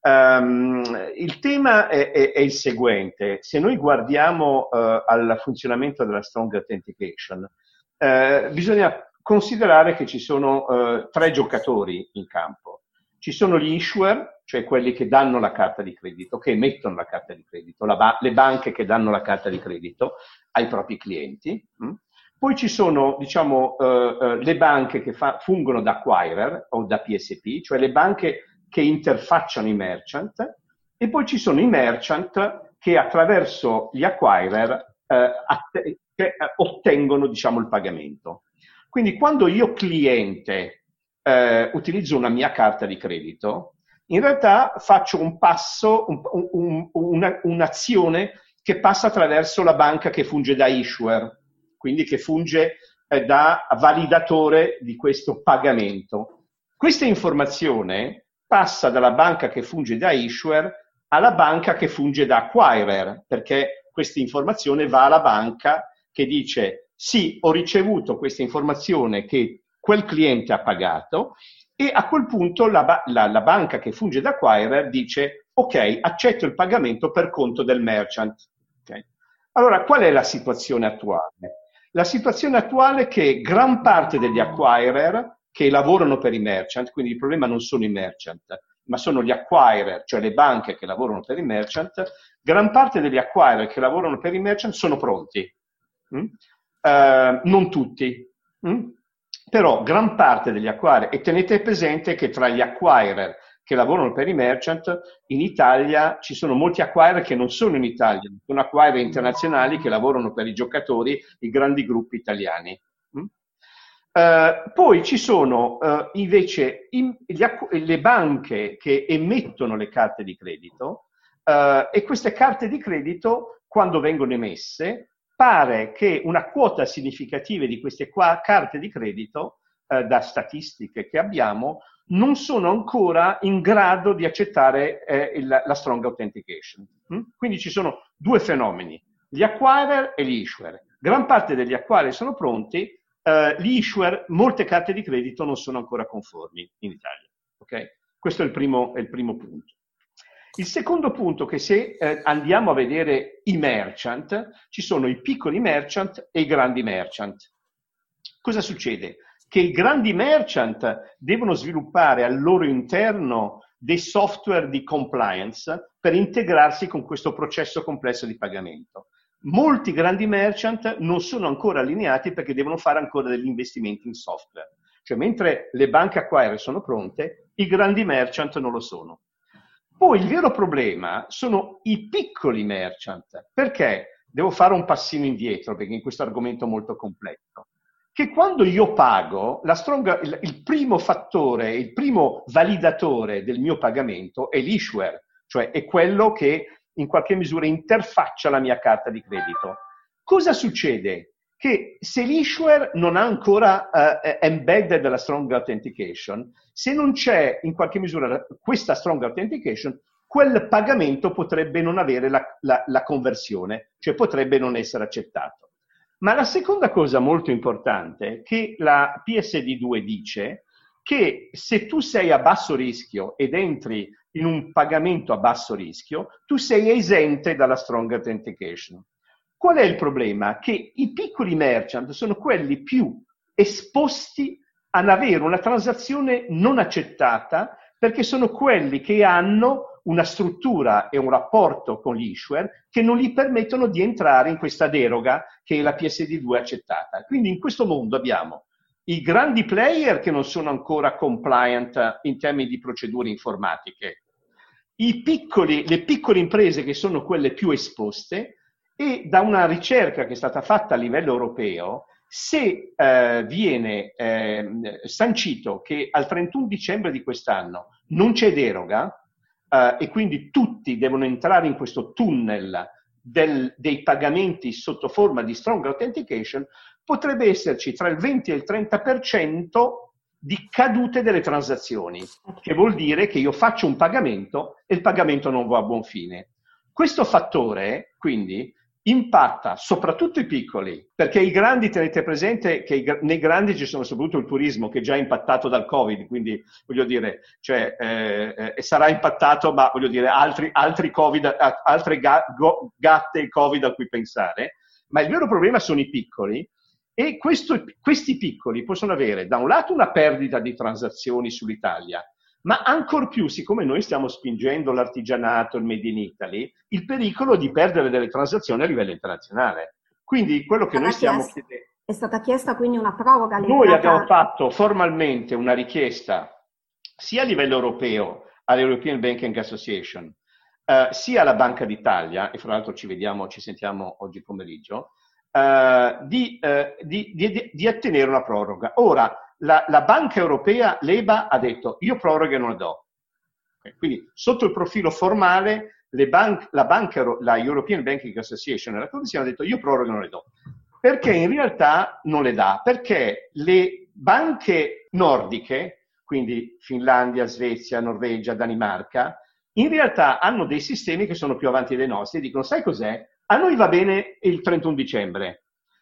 Um, il tema è, è, è il seguente: se noi guardiamo uh, al funzionamento della strong authentication, uh, bisogna considerare che ci sono uh, tre giocatori in campo. Ci sono gli issuer, cioè quelli che danno la carta di credito, che emettono la carta di credito, la ba- le banche che danno la carta di credito ai propri clienti. Mm? Poi ci sono, diciamo, uh, uh, le banche che fa- fungono da acquirer o da P S P, cioè le banche che interfacciano i merchant, e poi ci sono i merchant che attraverso gli acquirer eh, att- che ottengono, diciamo, il pagamento. Quindi quando io cliente eh, utilizzo una mia carta di credito, in realtà faccio un passo, un, un, una, un'azione che passa attraverso la banca che funge da issuer, quindi che funge eh, da validatore di questo pagamento. Questa informazione passa dalla banca che funge da issuer alla banca che funge da acquirer, perché questa informazione va alla banca che dice: sì, ho ricevuto questa informazione che quel cliente ha pagato, e a quel punto la, la, la banca che funge da acquirer dice: ok, accetto il pagamento per conto del merchant. Okay. Allora, qual è la situazione attuale? La situazione attuale è che gran parte degli acquirer che lavorano per i merchant, quindi il problema non sono i merchant, ma sono gli acquirer, cioè le banche che lavorano per i merchant, gran parte degli acquirer che lavorano per i merchant sono pronti. Mm? Uh, non tutti, mm? Però gran parte degli acquirer, e tenete presente che tra gli acquirer che lavorano per i merchant in Italia ci sono molti acquirer che non sono in Italia, sono acquirer internazionali che lavorano per i giocatori, i grandi gruppi italiani. Mm? Uh, poi ci sono uh, invece in, gli, le banche che emettono le carte di credito, uh, e queste carte di credito, quando vengono emesse, pare che una quota significativa di queste qua carte di credito, uh, da statistiche che abbiamo, non sono ancora in grado di accettare eh, il, la strong authentication. Mm? Quindi ci sono due fenomeni, gli acquirer e gli issuer. Gran parte degli acquirer sono pronti. Uh, gli issuer, molte carte di credito non sono ancora conformi in Italia. Okay? Questo è il primo, è il primo punto. Il secondo punto è che se eh, andiamo a vedere i merchant, ci sono i piccoli merchant e i grandi merchant. Cosa succede? Che i grandi merchant devono sviluppare al loro interno dei software di compliance per integrarsi con questo processo complesso di pagamento. Molti grandi merchant non sono ancora allineati perché devono fare ancora degli investimenti in software. Cioè, mentre le banche acquirer sono pronte, i grandi merchant non lo sono. Poi il vero problema sono i piccoli merchant. Perché? Devo fare un passino indietro, perché in questo argomento è molto complesso. Che quando io pago, la strong, il, il primo fattore, il primo validatore del mio pagamento è l'issuer, cioè è quello che in qualche misura interfaccia la mia carta di credito. Cosa succede? Che se l'issuer non ha ancora uh, embedded la strong authentication, se non c'è in qualche misura questa strong authentication, quel pagamento potrebbe non avere la, la, la conversione, cioè potrebbe non essere accettato. Ma la seconda cosa molto importante è che la P S D due dice che se tu sei a basso rischio ed entri in un pagamento a basso rischio, tu sei esente dalla strong authentication. Qual è il problema? Che i piccoli merchant sono quelli più esposti ad avere una transazione non accettata, perché sono quelli che hanno una struttura e un rapporto con l'issuer che non gli permettono di entrare in questa deroga che la P S D due ha accettata. Quindi in questo mondo abbiamo i grandi player che non sono ancora compliant in termini di procedure informatiche, i piccoli, le piccole imprese che sono quelle più esposte, e da una ricerca che è stata fatta a livello europeo, se eh, viene eh, sancito che al trentuno dicembre di quest'anno non c'è deroga eh, e quindi tutti devono entrare in questo tunnel del, dei pagamenti sotto forma di strong authentication, potrebbe esserci tra il venti e il trenta per cento di cadute delle transazioni, che vuol dire che io faccio un pagamento e il pagamento non va a buon fine. Questo fattore, quindi, impatta soprattutto i piccoli, perché i grandi, tenete presente che i, nei grandi ci sono soprattutto il turismo, che è già impattato dal Covid, quindi voglio dire, cioè, eh, eh, sarà impattato, ma voglio dire, altri, altri Covid, altre ga, go, gatte Covid a cui pensare, ma il vero problema sono i piccoli, e questo, questi piccoli possono avere da un lato una perdita di transazioni sull'Italia, ma ancor più, siccome noi stiamo spingendo l'artigianato, il Made in Italy, il pericolo di perdere delle transazioni a livello internazionale. Quindi quello che noi stiamo chiedendo... È stata chiesta quindi una proroga. Noi abbiamo fatto formalmente una richiesta sia a livello europeo, all'European Banking Association, eh, sia alla Banca d'Italia, e fra l'altro ci vediamo, ci sentiamo oggi pomeriggio, eh, di, eh, di, di, di ottenere una proroga. Ora, La, la Banca Europea, l'E B A, ha detto io proroghe non le do. Okay, quindi sotto il profilo formale le ban- la, banca, la European Banking Association e la Commissione ha detto io proroghe non le do. Perché in realtà non le dà? Perché le banche nordiche, quindi Finlandia, Svezia, Norvegia, Danimarca, in realtà hanno dei sistemi che sono più avanti dei nostri e dicono sai cos'è? A noi va bene il trentuno dicembre.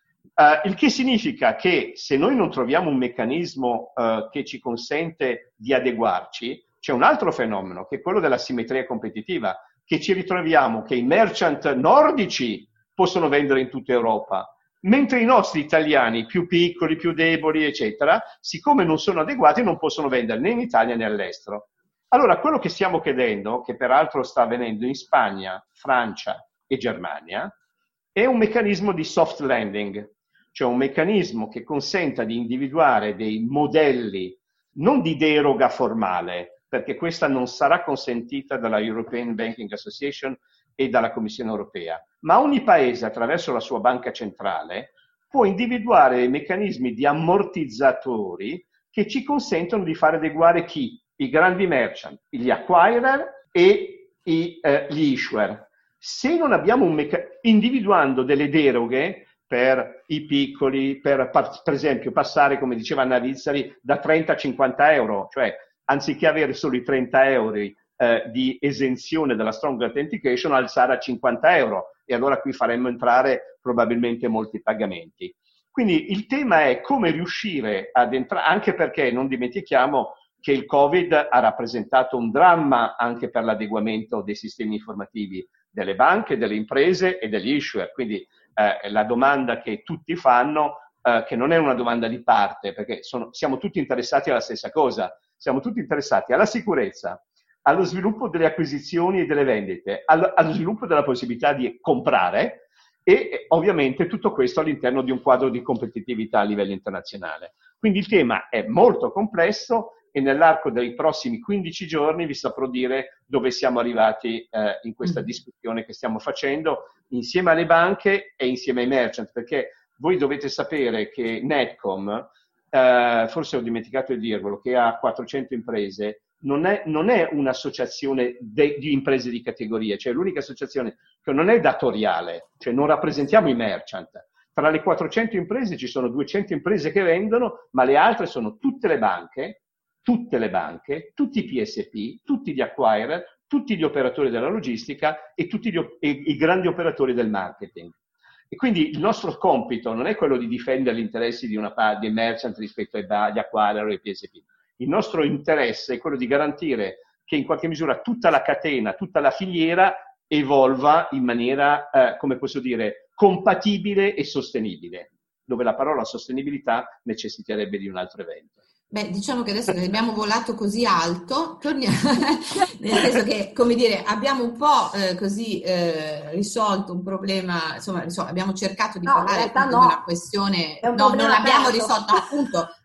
Uh, il che significa che se noi non troviamo un meccanismo uh, che ci consente di adeguarci, c'è un altro fenomeno che è quello della simmetria competitiva, che ci ritroviamo che i merchant nordici possono vendere in tutta Europa, mentre i nostri italiani più piccoli, più deboli, eccetera, siccome non sono adeguati non possono vendere né in Italia né all'estero. Allora quello che stiamo chiedendo, che peraltro sta avvenendo in Spagna, Francia e Germania, è un meccanismo di soft landing, cioè un meccanismo che consenta di individuare dei modelli, non di deroga formale, perché questa non sarà consentita dalla European Banking Association e dalla Commissione Europea, ma ogni paese attraverso la sua banca centrale può individuare dei meccanismi di ammortizzatori che ci consentono di far adeguare chi? I grandi merchant, gli acquirer e i, eh, gli issuer. Se non abbiamo un meccanismo, individuando delle deroghe per i piccoli, per, per esempio passare, come diceva Anna Vizzari, da trenta a cinquanta euro, cioè anziché avere solo i trenta euro eh, di esenzione della strong authentication, alzare a cinquanta euro, e allora qui faremmo entrare probabilmente molti pagamenti. Quindi il tema è come riuscire ad entrare, anche perché non dimentichiamo che il Covid ha rappresentato un dramma anche per l'adeguamento dei sistemi informativi delle banche, delle imprese e degli issuer. Quindi eh, la domanda che tutti fanno, eh, che non è una domanda di parte, perché sono, siamo tutti interessati alla stessa cosa, siamo tutti interessati alla sicurezza, allo sviluppo delle acquisizioni e delle vendite, allo, allo sviluppo della possibilità di comprare e eh, ovviamente tutto questo all'interno di un quadro di competitività a livello internazionale. Quindi il tema è molto complesso e nell'arco dei prossimi quindici giorni vi saprò dire dove siamo arrivati eh, in questa discussione che stiamo facendo insieme alle banche e insieme ai merchant, perché voi dovete sapere che Netcom, eh, forse ho dimenticato di dirvelo, che ha quattrocento imprese, non è, non è un'associazione de, di imprese di categoria, cioè l'unica associazione che non è datoriale, cioè non rappresentiamo i merchant. Tra le quattrocento imprese ci sono duecento imprese che vendono, ma le altre sono tutte le banche, tutte le banche, tutti i P S P, tutti gli acquirer, tutti gli operatori della logistica e tutti gli, e, i grandi operatori del marketing. E quindi il nostro compito non è quello di difendere gli interessi di una parte dei merchant rispetto ai, agli acquirer o ai P S P. Il nostro interesse è quello di garantire che in qualche misura tutta la catena, tutta la filiera evolva in maniera, eh, come posso dire, compatibile e sostenibile, dove la parola sostenibilità necessiterebbe di un altro evento. Beh, diciamo che adesso che abbiamo volato così alto, torniamo, nel senso che, come dire, abbiamo un po' eh, così eh, risolto un problema, insomma, insomma, abbiamo cercato di no, parlare appunto no. di una questione, un no, non l'abbiamo aperto. risolto, no, appunto,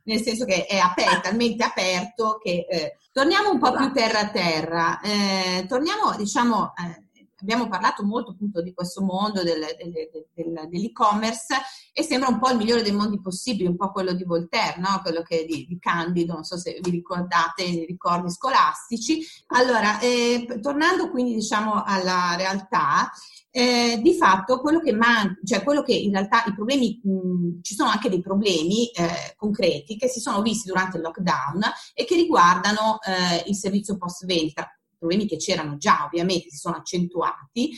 nel senso che è aperto, talmente aperto che... Eh. Torniamo un po' più terra a terra, eh, torniamo, diciamo... Eh, abbiamo parlato molto appunto di questo mondo del, del, del, dell'e-commerce e sembra un po' il migliore dei mondi possibili, un po' quello di Voltaire, no? Quello che di, di Candido, non so se vi ricordate i ricordi scolastici. Allora, eh, tornando quindi diciamo alla realtà, eh, di fatto quello che manca, cioè quello che in realtà i problemi, mh, ci sono anche dei problemi eh, concreti che si sono visti durante il lockdown e che riguardano eh, il servizio post vendita. Problemi che c'erano già, ovviamente si sono accentuati,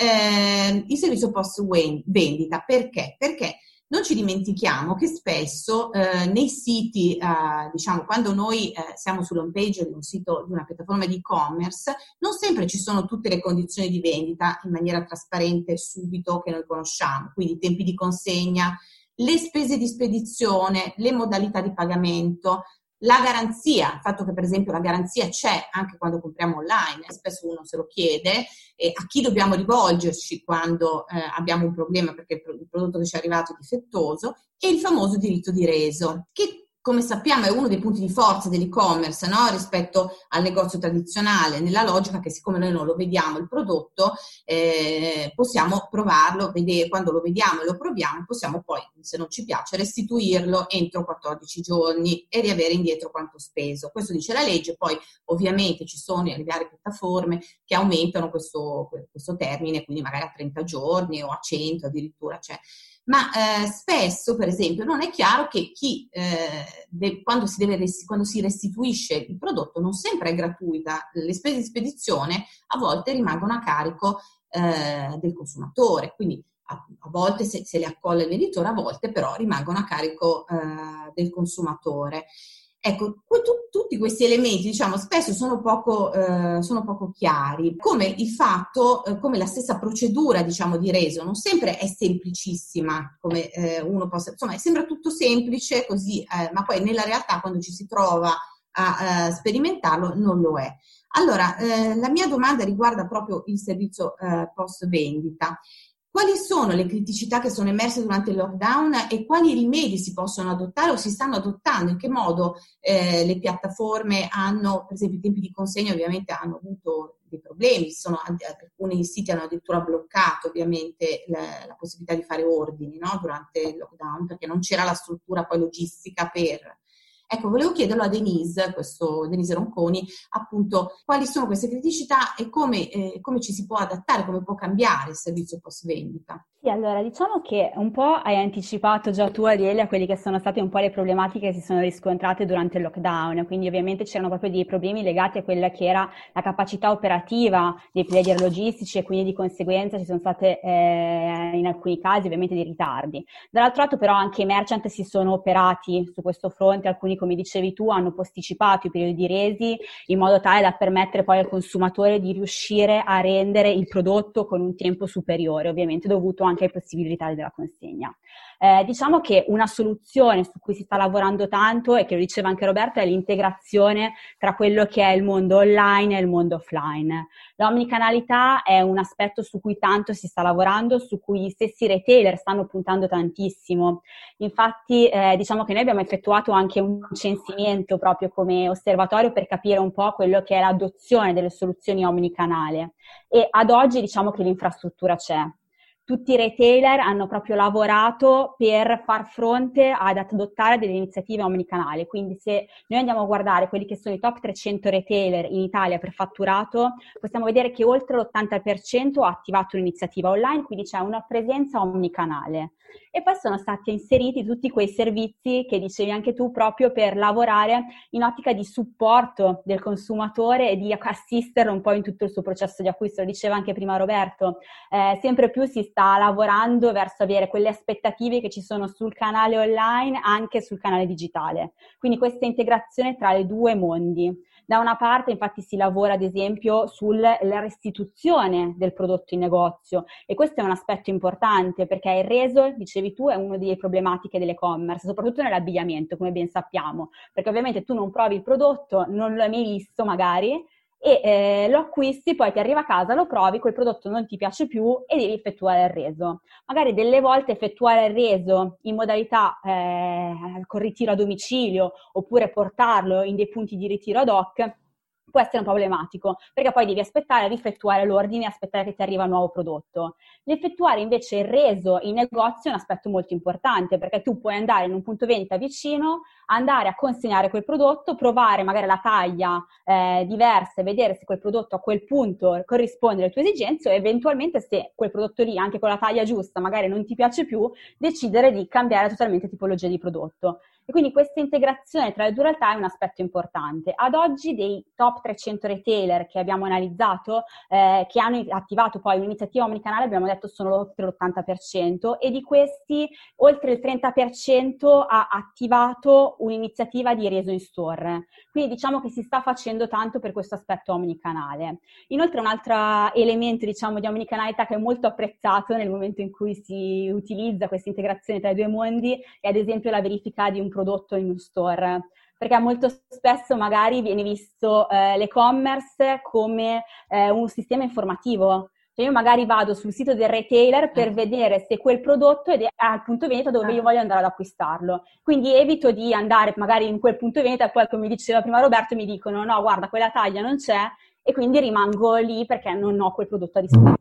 eh, il servizio post vendita. Perché? Perché non ci dimentichiamo che spesso eh, nei siti, eh, diciamo, quando noi eh, siamo sull'home page di un sito, di una piattaforma di e-commerce, non sempre ci sono tutte le condizioni di vendita in maniera trasparente e subito che noi conosciamo, quindi i tempi di consegna, le spese di spedizione, le modalità di pagamento, la garanzia, il fatto che per esempio la garanzia c'è anche quando compriamo online, eh, spesso uno se lo chiede, eh, a chi dobbiamo rivolgerci quando eh, abbiamo un problema perché il, pro- il prodotto che ci è arrivato è difettoso, e il famoso diritto di reso, che come sappiamo è uno dei punti di forza dell'e-commerce, no? Rispetto al negozio tradizionale, nella logica che siccome noi non lo vediamo il prodotto, eh, possiamo provarlo, vedere, quando lo vediamo e lo proviamo, possiamo poi, se non ci piace, restituirlo entro quattordici giorni e riavere indietro quanto speso. Questo dice la legge, poi ovviamente ci sono le varie piattaforme che aumentano questo, questo termine, quindi magari a trenta giorni o a cento addirittura, cioè. Ma eh, spesso, per esempio, non è chiaro che chi eh, de- quando, si deve resti- quando si restituisce il prodotto non sempre è gratuita, le spese di spedizione a volte rimangono a carico eh, del consumatore, quindi a, a volte se, se le accolla il venditore, a volte però rimangono a carico eh, del consumatore. Ecco, tu, tutti questi elementi, diciamo, spesso sono poco, eh, sono poco chiari, come il fatto, eh, come la stessa procedura, diciamo, di reso non sempre è semplicissima, come eh, uno possa, insomma, sembra tutto semplice così, eh, ma poi nella realtà quando ci si trova a, a sperimentarlo non lo è. Allora, eh, la mia domanda riguarda proprio il servizio eh, post vendita. Quali sono le criticità che sono emerse durante il lockdown e quali rimedi si possono adottare o si stanno adottando? In che modo eh, le piattaforme hanno, per esempio i tempi di consegna ovviamente hanno avuto dei problemi, sono, alcuni siti hanno addirittura bloccato ovviamente la, la possibilità di fare ordini, no? Durante il lockdown perché non c'era la struttura poi logistica per... Ecco, volevo chiederlo a Denise, questo Denise Ronconi, appunto, quali sono queste criticità e come, eh, come ci si può adattare, come può cambiare il servizio post vendita. Sì, allora diciamo che un po' hai anticipato già tu, Ariele, a quelli che sono state un po' le problematiche che si sono riscontrate durante il lockdown, quindi ovviamente c'erano proprio dei problemi legati a quella che era la capacità operativa dei player logistici e quindi di conseguenza ci sono state eh, in alcuni casi ovviamente dei ritardi. Dall'altro lato però anche i merchant si sono operati su questo fronte, alcuni come dicevi tu hanno posticipato i periodi di resi in modo tale da permettere poi al consumatore di riuscire a rendere il prodotto con un tempo superiore, ovviamente dovuto anche ai possibilità della consegna. Eh, diciamo che una soluzione su cui si sta lavorando tanto e che lo diceva anche Roberta è l'integrazione tra quello che è il mondo online e il mondo offline. L'omnicanalità è un aspetto su cui tanto si sta lavorando, su cui gli stessi retailer stanno puntando tantissimo. Infatti eh, diciamo che noi abbiamo effettuato anche un censimento proprio come osservatorio per capire un po' quello che è l'adozione delle soluzioni omnicanale e ad oggi diciamo che l'infrastruttura c'è. Tutti i retailer hanno proprio lavorato per far fronte ad adottare delle iniziative omnicanali, quindi se noi andiamo a guardare quelli che sono i top trecento retailer in Italia per fatturato, possiamo vedere che oltre l'ottanta per cento ha attivato un'iniziativa online, quindi c'è una presenza omnicanale. E poi sono stati inseriti tutti quei servizi che dicevi anche tu proprio per lavorare in ottica di supporto del consumatore e di assisterlo un po' in tutto il suo processo di acquisto. Lo diceva anche prima Roberto, eh, sempre più si sta lavorando verso avere quelle aspettative che ci sono sul canale online anche sul canale digitale. Quindi questa integrazione tra i due mondi. Da una parte infatti si lavora ad esempio sulla restituzione del prodotto in negozio e questo è un aspetto importante perché il reso, dicevi tu, è una delle problematiche dell'e-commerce, soprattutto nell'abbigliamento, come ben sappiamo, perché ovviamente tu non provi il prodotto, non lo hai mai visto magari e eh, lo acquisti, poi ti arriva a casa, lo provi, quel prodotto non ti piace più e devi effettuare il reso. Magari delle volte effettuare il reso in modalità eh, con ritiro a domicilio oppure portarlo in dei punti di ritiro ad hoc può essere un problematico, perché poi devi aspettare, rifettuare l'ordine e aspettare che ti arriva un nuovo prodotto. L'effettuare invece il reso in negozio è un aspetto molto importante, perché tu puoi andare in un punto vendita vicino, andare a consegnare quel prodotto, provare magari la taglia eh, diversa e vedere se quel prodotto a quel punto corrisponde alle tue esigenze, o eventualmente se quel prodotto lì, anche con la taglia giusta, magari non ti piace più, decidere di cambiare totalmente tipologia di prodotto. E quindi questa integrazione tra le due realtà è un aspetto importante. Ad oggi dei top trecento retailer che abbiamo analizzato, eh, che hanno attivato poi un'iniziativa omnicanale, abbiamo detto sono oltre l'ottanta per cento, e di questi oltre il trenta per cento ha attivato un'iniziativa di reso in store. Quindi diciamo che si sta facendo tanto per questo aspetto omnicanale. Inoltre un altro elemento, diciamo, di omnicanalità che è molto apprezzato nel momento in cui si utilizza questa integrazione tra i due mondi è ad esempio la verifica di un prodotto in un store, perché molto spesso magari viene visto eh, l'e-commerce come eh, un sistema informativo. Cioè io magari vado sul sito del retailer per vedere se quel prodotto è al punto vendita dove io voglio andare ad acquistarlo. Quindi evito di andare magari in quel punto vendita e poi, come diceva prima Roberto, mi dicono no, guarda, quella taglia non c'è, e quindi rimango lì perché non ho quel prodotto a disposizione.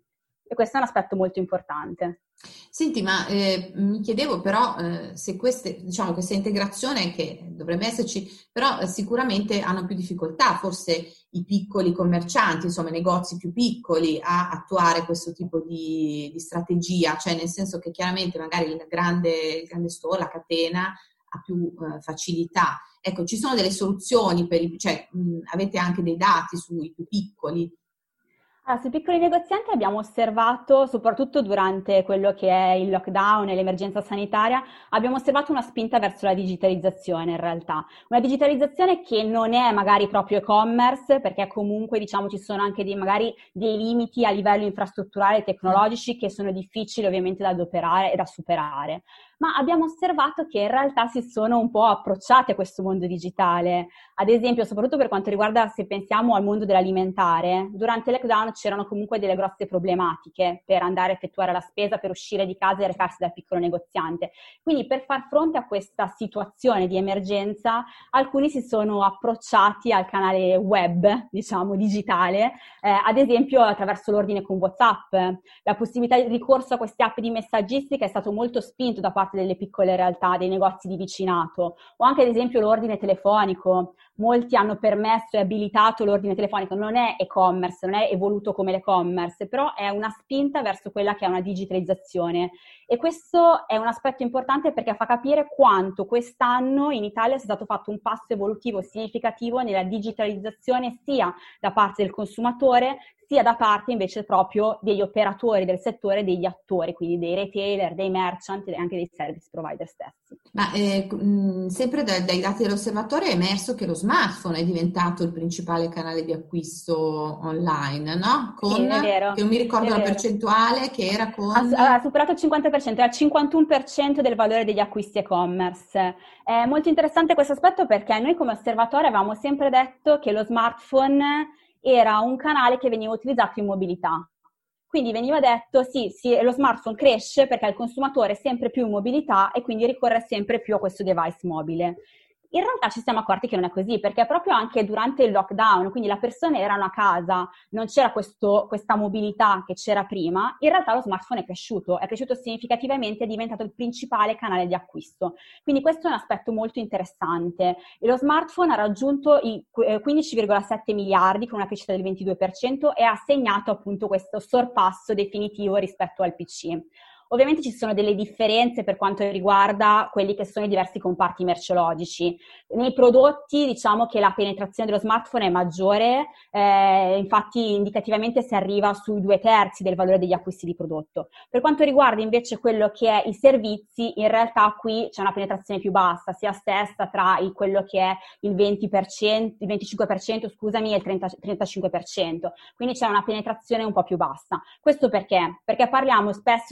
E questo è un aspetto molto importante. Senti, ma eh, mi chiedevo però eh, se queste, diciamo, questa integrazione che dovrebbe esserci, però eh, sicuramente hanno più difficoltà, forse i piccoli commercianti, insomma i negozi più piccoli, a attuare questo tipo di, di strategia, cioè nel senso che chiaramente magari il grande, il grande store, la catena, ha più eh, facilità. Ecco, ci sono delle soluzioni, per i, cioè mh, avete anche dei dati sui più piccoli? Allora, sui piccoli negozianti abbiamo osservato, soprattutto durante quello che è il lockdown e l'emergenza sanitaria, abbiamo osservato una spinta verso la digitalizzazione in realtà. Una digitalizzazione che non è magari proprio e-commerce, perché comunque diciamo ci sono anche dei, magari dei limiti a livello infrastrutturale e tecnologici che sono difficili ovviamente da adoperare e da superare. Ma abbiamo osservato che in realtà si sono un po' approcciati a questo mondo digitale. Ad esempio, soprattutto per quanto riguarda, se pensiamo al mondo dell'alimentare, durante il lockdown c'erano comunque delle grosse problematiche per andare a effettuare la spesa, per uscire di casa e recarsi dal piccolo negoziante. Quindi per far fronte a questa situazione di emergenza, alcuni si sono approcciati al canale web, diciamo, digitale, eh, ad esempio attraverso l'ordine con WhatsApp. La possibilità di ricorso a queste app di messaggistica è stato molto spinto da parte delle piccole realtà, dei negozi di vicinato, o anche ad esempio l'ordine telefonico. Molti hanno permesso e abilitato l'ordine telefonico, non è e-commerce, non è evoluto come l'e-commerce, però è una spinta verso quella che è una digitalizzazione, e questo è un aspetto importante perché fa capire quanto quest'anno in Italia sia stato fatto un passo evolutivo significativo nella digitalizzazione sia da parte del consumatore sia da parte invece proprio degli operatori del settore, degli attori, quindi dei retailer, dei merchant e anche dei service provider stessi. Ma eh, mh, sempre dai, dai dati dell'osservatorio è emerso che lo smartphone è diventato il principale canale di acquisto online, no? Con, sì, è vero, che non mi ricordo la percentuale, che era con... Ha, ha superato il cinquanta per cento, era il cinquantuno per cento del valore degli acquisti e-commerce. È molto interessante questo aspetto perché noi come osservatorio avevamo sempre detto che lo smartphone era un canale che veniva utilizzato in mobilità. Quindi veniva detto, sì, sì, lo smartphone cresce perché il consumatore è sempre più in mobilità e quindi ricorre sempre più a questo device mobile. In realtà ci siamo accorti che non è così, perché proprio anche durante il lockdown, quindi le persone erano a casa, non c'era questo, questa mobilità che c'era prima, in realtà lo smartphone è cresciuto, è cresciuto significativamente, è diventato il principale canale di acquisto. Quindi questo è un aspetto molto interessante. E lo smartphone ha raggiunto i quindici virgola sette miliardi con una crescita del ventidue per cento e ha segnato appunto questo sorpasso definitivo rispetto al P C. Ovviamente ci sono delle differenze per quanto riguarda quelli che sono i diversi comparti merceologici. Nei prodotti diciamo che la penetrazione dello smartphone è maggiore, eh, infatti indicativamente si arriva sui due terzi del valore degli acquisti di prodotto. Per quanto riguarda invece quello che è i servizi, in realtà qui c'è una penetrazione più bassa, si assesta tra il, quello che è il venti per cento, il venticinque per cento scusami, e il trenta, trentacinque per cento. Quindi c'è una penetrazione un po' più bassa. Questo perché? Perché parliamo spesso di servizi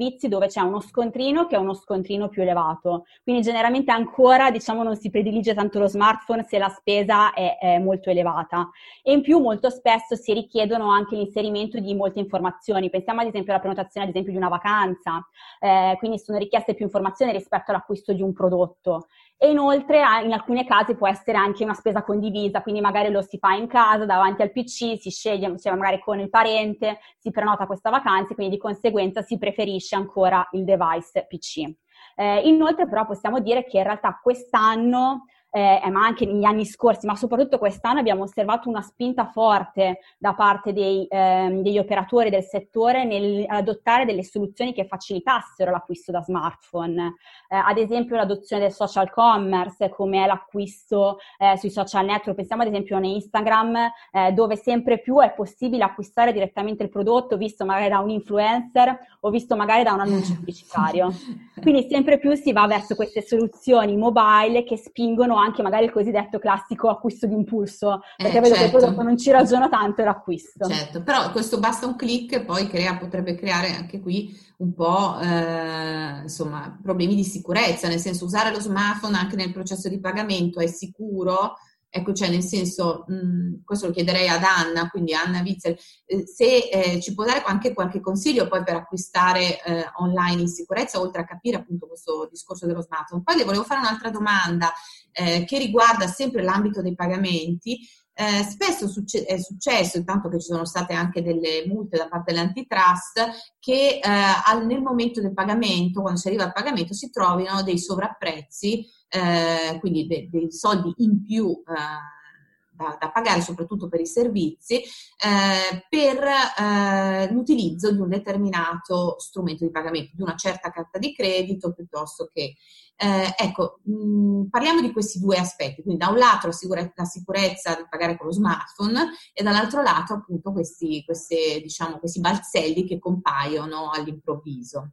servizi dove c'è uno scontrino che è uno scontrino più elevato. Quindi generalmente ancora, diciamo, non si predilige tanto lo smartphone se la spesa è, è molto elevata. E in più molto spesso si richiedono anche l'inserimento di molte informazioni. Pensiamo ad esempio alla prenotazione ad esempio di una vacanza, eh, quindi sono richieste più informazioni rispetto all'acquisto di un prodotto. E inoltre in alcuni casi può essere anche una spesa condivisa, quindi magari lo si fa in casa, davanti al P C, si sceglie, cioè magari con il parente, si prenota questa vacanza, quindi di conseguenza si preferisce ancora il device P C. Eh, inoltre però possiamo dire che in realtà quest'anno, eh, ma anche negli anni scorsi, ma soprattutto quest'anno abbiamo osservato una spinta forte da parte dei, ehm, degli operatori del settore nell'adottare delle soluzioni che facilitassero l'acquisto da smartphone. Eh, ad esempio l'adozione del social commerce, come è l'acquisto eh, sui social network. Pensiamo ad esempio a Instagram, eh, dove sempre più è possibile acquistare direttamente il prodotto visto magari da un influencer o visto magari da un annuncio pubblicitario. Quindi sempre più si va verso queste soluzioni mobile che spingono anche magari il cosiddetto classico acquisto d'impulso, perché eh, vedo certo. che poi dopo non ci ragiona tanto l'acquisto. Certo, però questo basta un click e poi crea, potrebbe creare anche qui un po' eh, insomma problemi di sicurezza, nel senso usare lo smartphone anche nel processo di pagamento è sicuro? Ecco, cioè nel senso, mh, questo lo chiederei ad Anna, quindi Anna Witzel, eh, se eh, ci può dare anche qualche consiglio poi per acquistare eh, online in sicurezza, oltre a capire appunto questo discorso dello smartphone. Poi le volevo fare un'altra domanda eh, che riguarda sempre l'ambito dei pagamenti. Eh, spesso succe- è successo, intanto che ci sono state anche delle multe da parte dell'antitrust, che eh, al, nel momento del pagamento, quando si arriva al pagamento, si trovino dei sovrapprezzi, eh, quindi de- dei soldi in più eh, da, da pagare, soprattutto per i servizi, eh, per eh, l'utilizzo di un determinato strumento di pagamento, di una certa carta di credito, piuttosto che... Eh, ecco, mh, parliamo di questi due aspetti, quindi da un lato la, sicure- la sicurezza di pagare con lo smartphone e dall'altro lato appunto questi, queste, diciamo, questi balzelli che compaiono all'improvviso.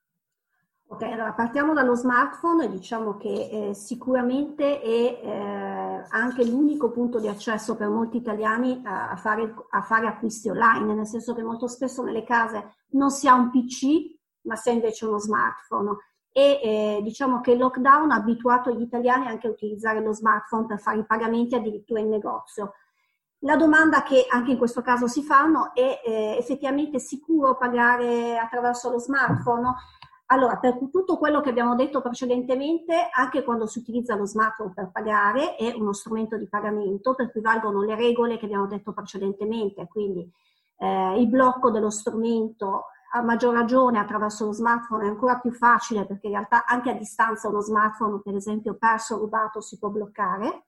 Ok, allora partiamo dallo smartphone e diciamo che eh, sicuramente è eh, anche l'unico punto di accesso per molti italiani a, a, fare, a fare acquisti online, nel senso che molto spesso nelle case non si ha un P C, ma si ha invece uno smartphone. E eh, diciamo che il lockdown ha abituato gli italiani anche a utilizzare lo smartphone per fare i pagamenti addirittura in negozio. La domanda che anche in questo caso si fanno è eh, effettivamente sicuro pagare attraverso lo smartphone? Allora, per tutto quello che abbiamo detto precedentemente, anche quando si utilizza lo smartphone per pagare è uno strumento di pagamento per cui valgono le regole che abbiamo detto precedentemente, quindi eh, il blocco dello strumento. A maggior ragione attraverso lo smartphone è ancora più facile perché in realtà anche a distanza uno smartphone, per esempio perso o rubato, si può bloccare.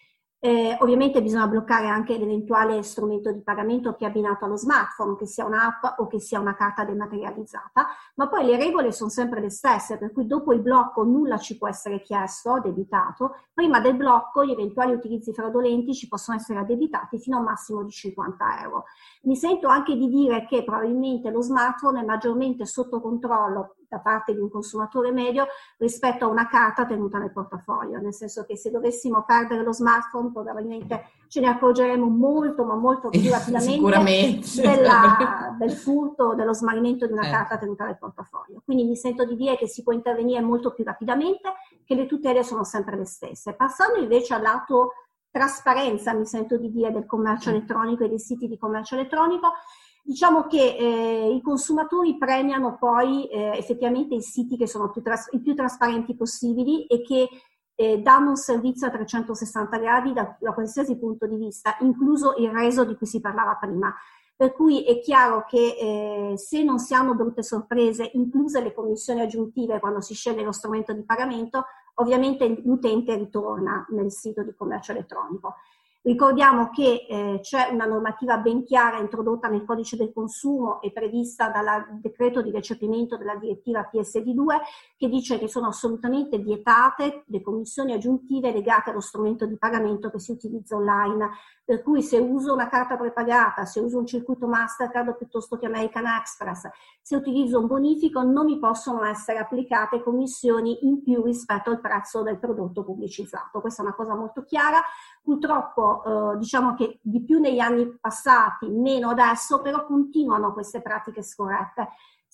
Eh, ovviamente bisogna bloccare anche l'eventuale strumento di pagamento che è abbinato allo smartphone, che sia un'app o che sia una carta dematerializzata, ma poi le regole sono sempre le stesse, per cui dopo il blocco nulla ci può essere chiesto, addebitato. Prima del blocco gli eventuali utilizzi fraudolenti ci possono essere addebitati fino a un massimo di cinquanta euro. Mi sento anche di dire che probabilmente lo smartphone è maggiormente sotto controllo da parte di un consumatore medio rispetto a una carta tenuta nel portafoglio, nel senso che se dovessimo perdere lo smartphone probabilmente ce ne accorgeremo molto ma molto più rapidamente della, del furto, dello smarrimento di una eh. carta tenuta nel portafoglio. Quindi mi sento di dire che si può intervenire molto più rapidamente, che le tutele sono sempre le stesse. Passando invece al lato trasparenza, mi sento di dire, del commercio elettronico e dei siti di commercio elettronico, diciamo che eh, i consumatori premiano poi eh, effettivamente i siti che sono più tras- i più trasparenti possibili e che eh, danno un servizio a trecentosessanta gradi da, da qualsiasi punto di vista, incluso il reso di cui si parlava prima. Per cui è chiaro che eh, se non si hanno brutte sorprese, incluse le commissioni aggiuntive quando si sceglie lo strumento di pagamento, ovviamente l'utente ritorna nel sito di commercio elettronico. Ricordiamo che eh, c'è una normativa ben chiara introdotta nel codice del consumo e prevista dal decreto di recepimento della direttiva P S D due che dice che sono assolutamente vietate le commissioni aggiuntive legate allo strumento di pagamento che si utilizza online. Per cui se uso una carta prepagata, se uso un circuito Mastercard piuttosto che American Express, se utilizzo un bonifico non mi possono essere applicate commissioni in più rispetto al prezzo del prodotto pubblicizzato. Questa è una cosa molto chiara. Purtroppo eh, diciamo che di più negli anni passati, meno adesso, però continuano queste pratiche scorrette.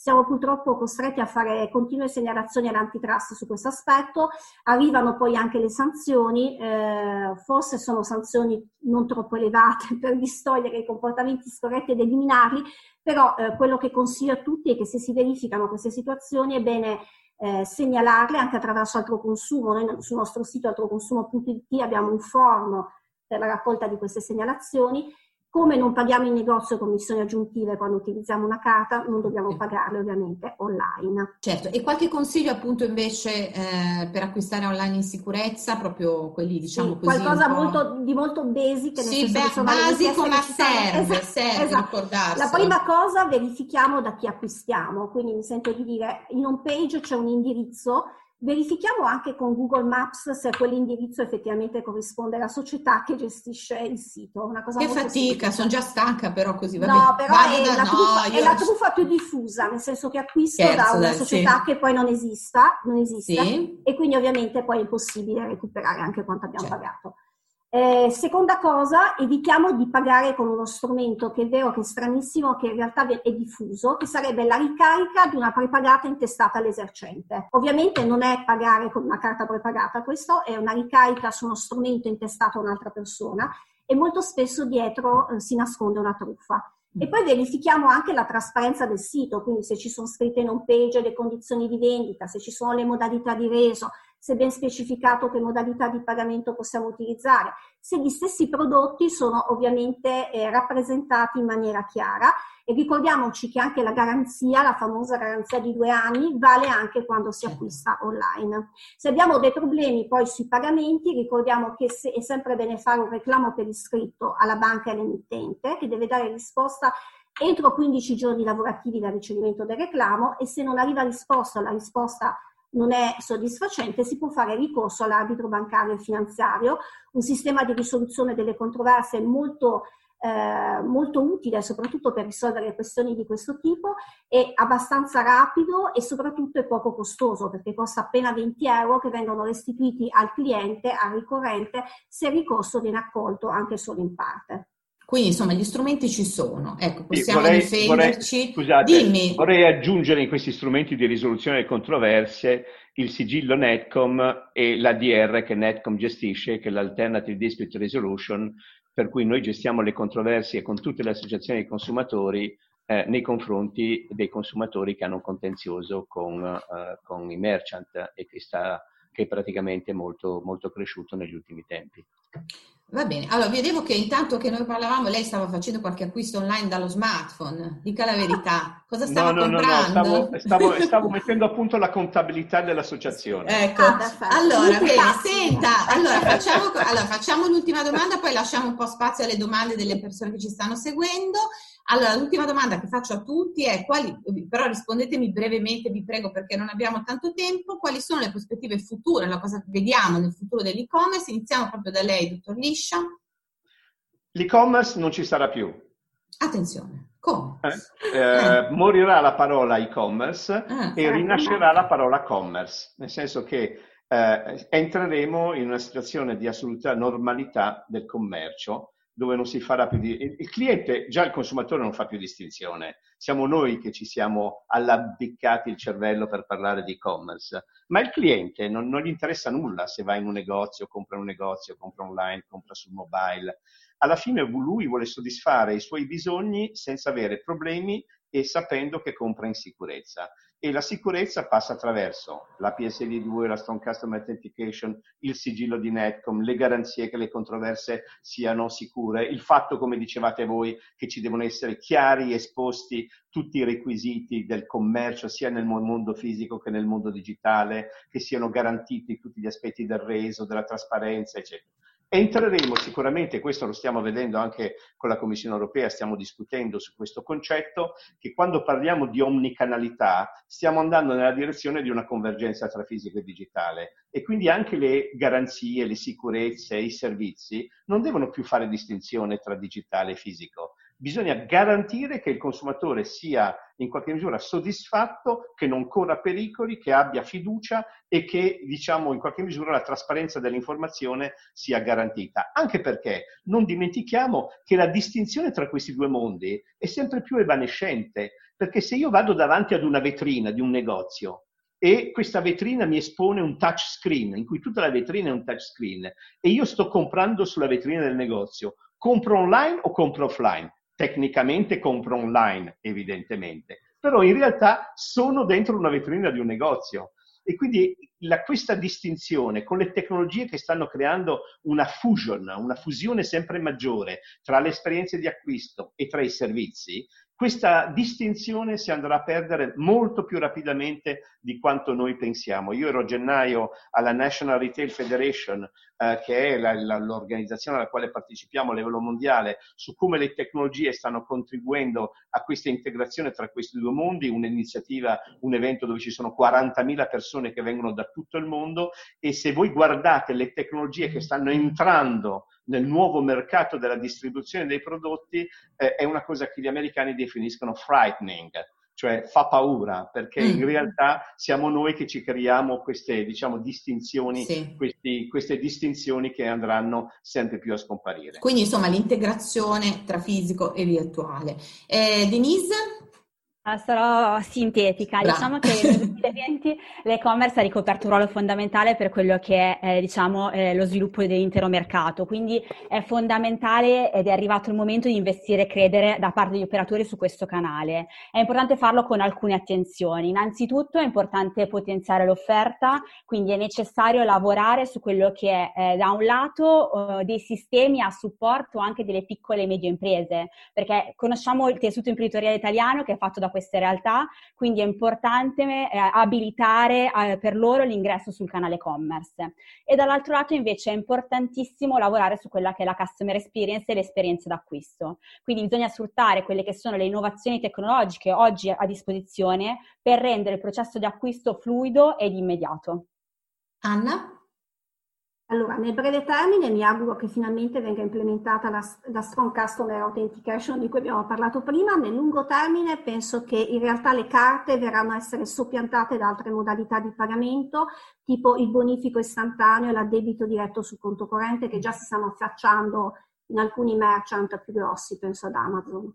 siamo purtroppo costretti a fare continue segnalazioni all'antitrust su questo aspetto, arrivano poi anche le sanzioni, eh, forse sono sanzioni non troppo elevate per distogliere i comportamenti scorretti ed eliminarli, però eh, quello che consiglio a tutti è che se si verificano queste situazioni è bene eh, segnalarle anche attraverso Altro Consumo. Noi sul nostro sito altroconsumo punto it abbiamo un forum per la raccolta di queste segnalazioni. Come non paghiamo in negozio commissioni aggiuntive quando utilizziamo una carta, non dobbiamo pagarle ovviamente online. Certo, e qualche consiglio appunto invece eh, per acquistare online in sicurezza, proprio quelli diciamo sì, così qualcosa un po'... molto, di molto basic, nel sì, senso beh, che sono basico ma serve, serve, esatto, serve esatto. ricordarsi. La prima cosa, verifichiamo da chi acquistiamo, quindi mi sento di dire in home page c'è un indirizzo, verifichiamo anche con Google Maps se quell'indirizzo effettivamente corrisponde alla società che gestisce il sito. Una cosa che molto fatica, semplice. sono già stanca però così va No, bene. però è, da, la truffa, no, è io... la truffa più diffusa, nel senso che acquisto Scherzo, da una dai, società sì. che poi non esista, non esiste, sì. e quindi ovviamente poi è impossibile recuperare anche quanto abbiamo certo. pagato. Eh, seconda cosa, evitiamo di pagare con uno strumento che è vero che è stranissimo, che in realtà è diffuso, che sarebbe la ricarica di una prepagata intestata all'esercente. Ovviamente non è pagare con una carta prepagata, questo è una ricarica su uno strumento intestato a un'altra persona e molto spesso dietro eh, si nasconde una truffa. E poi verifichiamo anche la trasparenza del sito, quindi se ci sono scritte in home page le condizioni di vendita, se ci sono le modalità di reso, se è ben specificato che modalità di pagamento possiamo utilizzare, se gli stessi prodotti sono ovviamente eh, rappresentati in maniera chiara. E ricordiamoci che anche la garanzia, la famosa garanzia di due anni, vale anche quando si acquista online. Se abbiamo dei problemi poi sui pagamenti, ricordiamo che se, è sempre bene fare un reclamo per iscritto alla banca e all'emittente, che deve dare risposta entro quindici giorni lavorativi dal ricevimento del reclamo, e se non arriva risposta, la risposta non è soddisfacente, si può fare ricorso all'arbitro bancario e finanziario, un sistema di risoluzione delle controversie molto Eh, molto utile soprattutto per risolvere questioni di questo tipo, è abbastanza rapido e soprattutto è poco costoso, perché costa appena venti euro che vengono restituiti al cliente, al ricorrente, se il ricorso viene accolto anche solo in parte. Quindi insomma gli strumenti ci sono, ecco, possiamo sì, vorrei, difenderci. Vorrei, scusate, Dimmi. vorrei aggiungere in questi strumenti di risoluzione delle controversie il sigillo Netcom e l'A D R che Netcom gestisce, che è l'Alternative Dispute Resolution, per cui noi gestiamo le controversie con tutte le associazioni dei consumatori eh, nei confronti dei consumatori che hanno un contenzioso con, eh, con i merchant e che, sta, che è praticamente molto, molto cresciuto negli ultimi tempi. Va bene, allora vedevo che intanto che noi parlavamo lei stava facendo qualche acquisto online dallo smartphone, dica la verità, cosa stava no, no, comprando? No, no, stavo, stavo, stavo mettendo a punto la contabilità dell'associazione. Ecco, ah, allora bene, senta, allora facciamo, allora facciamo l'ultima domanda, poi lasciamo un po' spazio alle domande delle persone che ci stanno seguendo. Allora, l'ultima domanda che faccio a tutti è, quali, però rispondetemi brevemente, vi prego, perché non abbiamo tanto tempo, quali sono le prospettive future, la cosa che vediamo nel futuro dell'e-commerce? Iniziamo proprio da lei, dottor Liscia. L'e-commerce non ci sarà più. Attenzione, come? Eh, eh, morirà la parola e-commerce ah, e rinascerà la parola commerce, nel senso che eh, entreremo in una situazione di assoluta normalità del commercio, dove non si farà più di... Il cliente, già il consumatore non fa più distinzione, siamo noi che ci siamo allabbicati il cervello per parlare di e-commerce, ma il cliente non, non gli interessa nulla se va in un negozio, compra in un negozio, compra online, compra sul mobile. Alla fine lui vuole soddisfare i suoi bisogni senza avere problemi e sapendo che compra in sicurezza. E la sicurezza passa attraverso la P S D due, la Strong Customer Authentication, il sigillo di Netcom, le garanzie che le controversie siano sicure, il fatto, come dicevate voi, che ci devono essere chiari, esposti tutti i requisiti del commercio, sia nel mondo fisico che nel mondo digitale, che siano garantiti tutti gli aspetti del reso, della trasparenza, eccetera. Entreremo sicuramente, questo lo stiamo vedendo anche con la Commissione Europea, stiamo discutendo su questo concetto, che quando parliamo di omnicanalità stiamo andando nella direzione di una convergenza tra fisico e digitale e quindi anche le garanzie, le sicurezze, i servizi non devono più fare distinzione tra digitale e fisico. Bisogna garantire che il consumatore sia in qualche misura soddisfatto, che non corra pericoli, che abbia fiducia e che, diciamo, in qualche misura la trasparenza dell'informazione sia garantita. Anche perché non dimentichiamo che la distinzione tra questi due mondi è sempre più evanescente, perché se io vado davanti ad una vetrina di un negozio e questa vetrina mi espone un touch screen, in cui tutta la vetrina è un touch screen, e io sto comprando sulla vetrina del negozio, compro online o compro offline? Tecnicamente compro online, evidentemente, però in realtà sono dentro una vetrina di un negozio. E quindi la, questa distinzione con le tecnologie che stanno creando una fusion, una fusione sempre maggiore tra le esperienze di acquisto e tra i servizi, questa distinzione si andrà a perdere molto più rapidamente di quanto noi pensiamo. Io ero a gennaio alla National Retail Federation, eh, che è la, la, l'organizzazione alla quale partecipiamo a livello mondiale, su come le tecnologie stanno contribuendo a questa integrazione tra questi due mondi, un'iniziativa, un evento dove ci sono quarantamila persone che vengono da tutto il mondo, e se voi guardate le tecnologie che stanno entrando nel nuovo mercato della distribuzione dei prodotti, eh, è una cosa che gli americani definiscono frightening, cioè fa paura, perché in realtà siamo noi che ci creiamo queste, diciamo, distinzioni, sì. questi, queste distinzioni che andranno sempre più a scomparire. Quindi insomma l'integrazione tra fisico e virtuale. Eh, Denise? Sarò sintetica, Bra. diciamo che nel duemilaventi l'e-commerce ha ricoperto un ruolo fondamentale per quello che è eh, diciamo, eh, lo sviluppo dell'intero mercato, quindi è fondamentale ed è arrivato il momento di investire e credere da parte degli operatori su questo canale. È importante farlo con alcune attenzioni. Innanzitutto è importante potenziare l'offerta, quindi è necessario lavorare su quello che è eh, da un lato eh, dei sistemi a supporto anche delle piccole e medie imprese, perché conosciamo il tessuto imprenditoriale italiano che è fatto da queste realtà, quindi è importante eh, abilitare eh, per loro l'ingresso sul canale e-commerce. E dall'altro lato invece è importantissimo lavorare su quella che è la customer experience e l'esperienza d'acquisto. Quindi bisogna sfruttare quelle che sono le innovazioni tecnologiche oggi a disposizione per rendere il processo di acquisto fluido ed immediato. Anna? Allora, nel breve termine mi auguro che finalmente venga implementata la, la Strong Customer Authentication di cui abbiamo parlato prima. Nel lungo termine penso che in realtà le carte verranno a essere soppiantate da altre modalità di pagamento, tipo il bonifico istantaneo e l'addebito diretto sul conto corrente, che già si stanno affacciando in alcuni merchant più grossi, penso ad Amazon.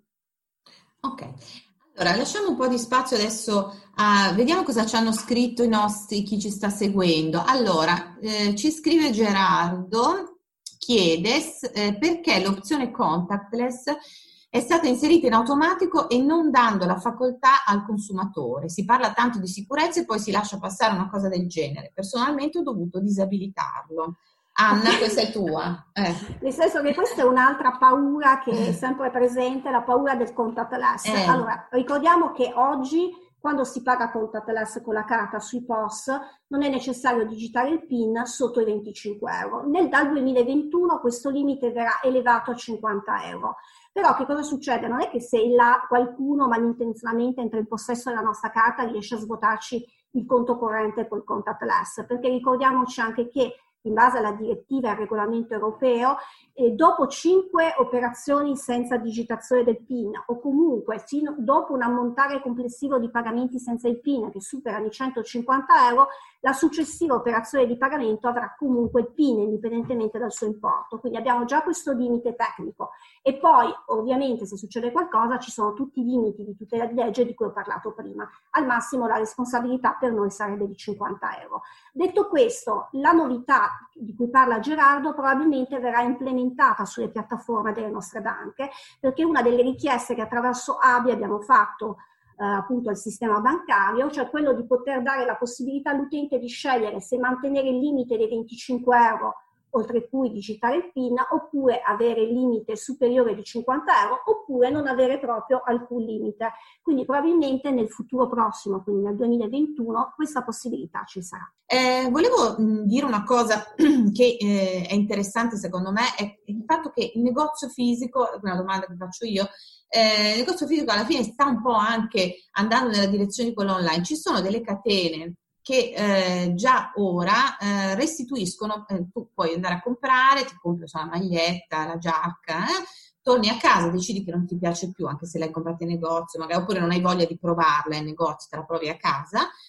Ok. Allora, lasciamo un po' di spazio adesso a... Vediamo cosa ci hanno scritto i nostri, chi ci sta seguendo. Allora, eh, ci scrive Gerardo, chiede eh, perché l'opzione contactless è stata inserita in automatico e non dando la facoltà al consumatore. Si parla tanto di sicurezza e poi si lascia passare una cosa del genere. Personalmente ho dovuto disabilitarlo. Anna, questa è tua. Eh. Nel senso che questa è un'altra paura che è sempre presente, la paura del contactless. Eh. Allora, ricordiamo che oggi, quando si paga contactless con la carta sui P O S, non è necessario digitare il PIN sotto i venticinque euro. Nel, dal duemilaventuno questo limite verrà elevato a cinquanta euro. Però che cosa succede? Non è che se là qualcuno malintenzionalmente entra in possesso della nostra carta riesce a svuotarci il conto corrente col contactless, perché ricordiamoci anche che in base alla direttiva e al regolamento europeo, e dopo cinque operazioni senza digitazione del PIN o comunque fino, dopo un ammontare complessivo di pagamenti senza il PIN che superano i centocinquanta euro, la successiva operazione di pagamento avrà comunque il PIN indipendentemente dal suo importo. Quindi abbiamo già questo limite tecnico e poi ovviamente se succede qualcosa ci sono tutti i limiti di tutela di legge di cui ho parlato prima. Al massimo la responsabilità per noi sarebbe di cinquanta euro. Detto questo, la novità di cui parla Gerardo probabilmente verrà implementata sulle piattaforme delle nostre banche, perché una delle richieste che attraverso A B I abbiamo fatto eh, appunto al sistema bancario, cioè quello di poter dare la possibilità all'utente di scegliere se mantenere il limite dei venticinque euro oltre cui digitare il PIN, oppure avere il limite superiore di cinquanta euro, oppure non avere proprio alcun limite. Quindi probabilmente nel futuro prossimo, quindi nel duemilaventuno, questa possibilità ci sarà. Eh, volevo mh, dire una cosa che eh, è interessante secondo me, è il fatto che il negozio fisico, una domanda che faccio io, eh, il negozio fisico alla fine sta un po' anche andando nella direzione di quello online. Ci sono delle catene che eh, già ora eh, restituiscono, eh, tu puoi andare a comprare, ti compri so, la maglietta, la giacca, eh, torni a casa, decidi che non ti piace più, anche se l'hai comprata in negozio, magari, oppure non hai voglia di provarla in negozio, te la provi a casa,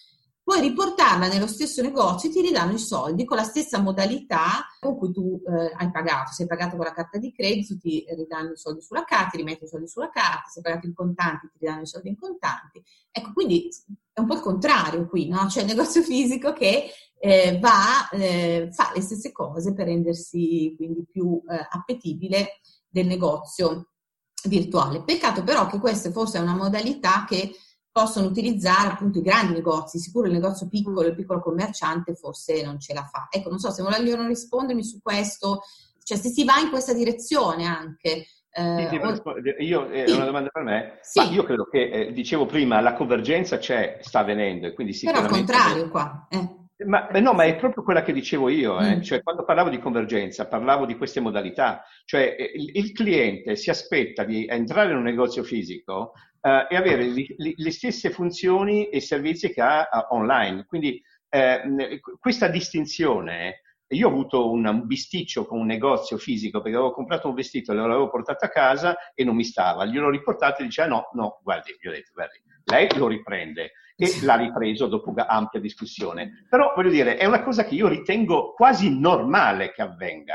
puoi riportarla nello stesso negozio e ti ridanno i soldi con la stessa modalità con cui tu eh, hai pagato. Se hai pagato con la carta di credito ti ridanno i soldi sulla carta, ti rimetti i soldi sulla carta, se hai pagato in contanti ti ridanno i soldi in contanti. Ecco, quindi è un po' il contrario qui, no? C'è il negozio fisico che eh, va, eh, fa le stesse cose per rendersi quindi più eh, appetibile del negozio virtuale. Peccato però che questa forse è una modalità che possono utilizzare appunto i grandi negozi, sicuro il negozio piccolo, il piccolo commerciante forse non ce la fa. Ecco, non so se vogliono rispondermi su questo, cioè se si va in questa direzione anche. Eh, sì, o... io, è sì. una domanda per me, sì. Ma io credo che, eh, dicevo prima, la convergenza c'è, sta avvenendo, e quindi sicuramente... Però al contrario qua. Eh. Ma, beh, no, ma è proprio quella che dicevo io, eh? Mm. Cioè quando parlavo di convergenza, parlavo di queste modalità, cioè il, il cliente si aspetta di entrare in un negozio fisico eh, e avere li, li, le stesse funzioni e servizi che ha uh, online, quindi eh, questa distinzione, io ho avuto un, un bisticcio con un negozio fisico perché avevo comprato un vestito, lo avevo portato a casa e non mi stava, glielo riportato e diceva no, no, guardi, gli ho detto, guardi, lei lo riprende. E l'ha ripreso dopo ampia discussione. Però, voglio dire, è una cosa che io ritengo quasi normale che avvenga.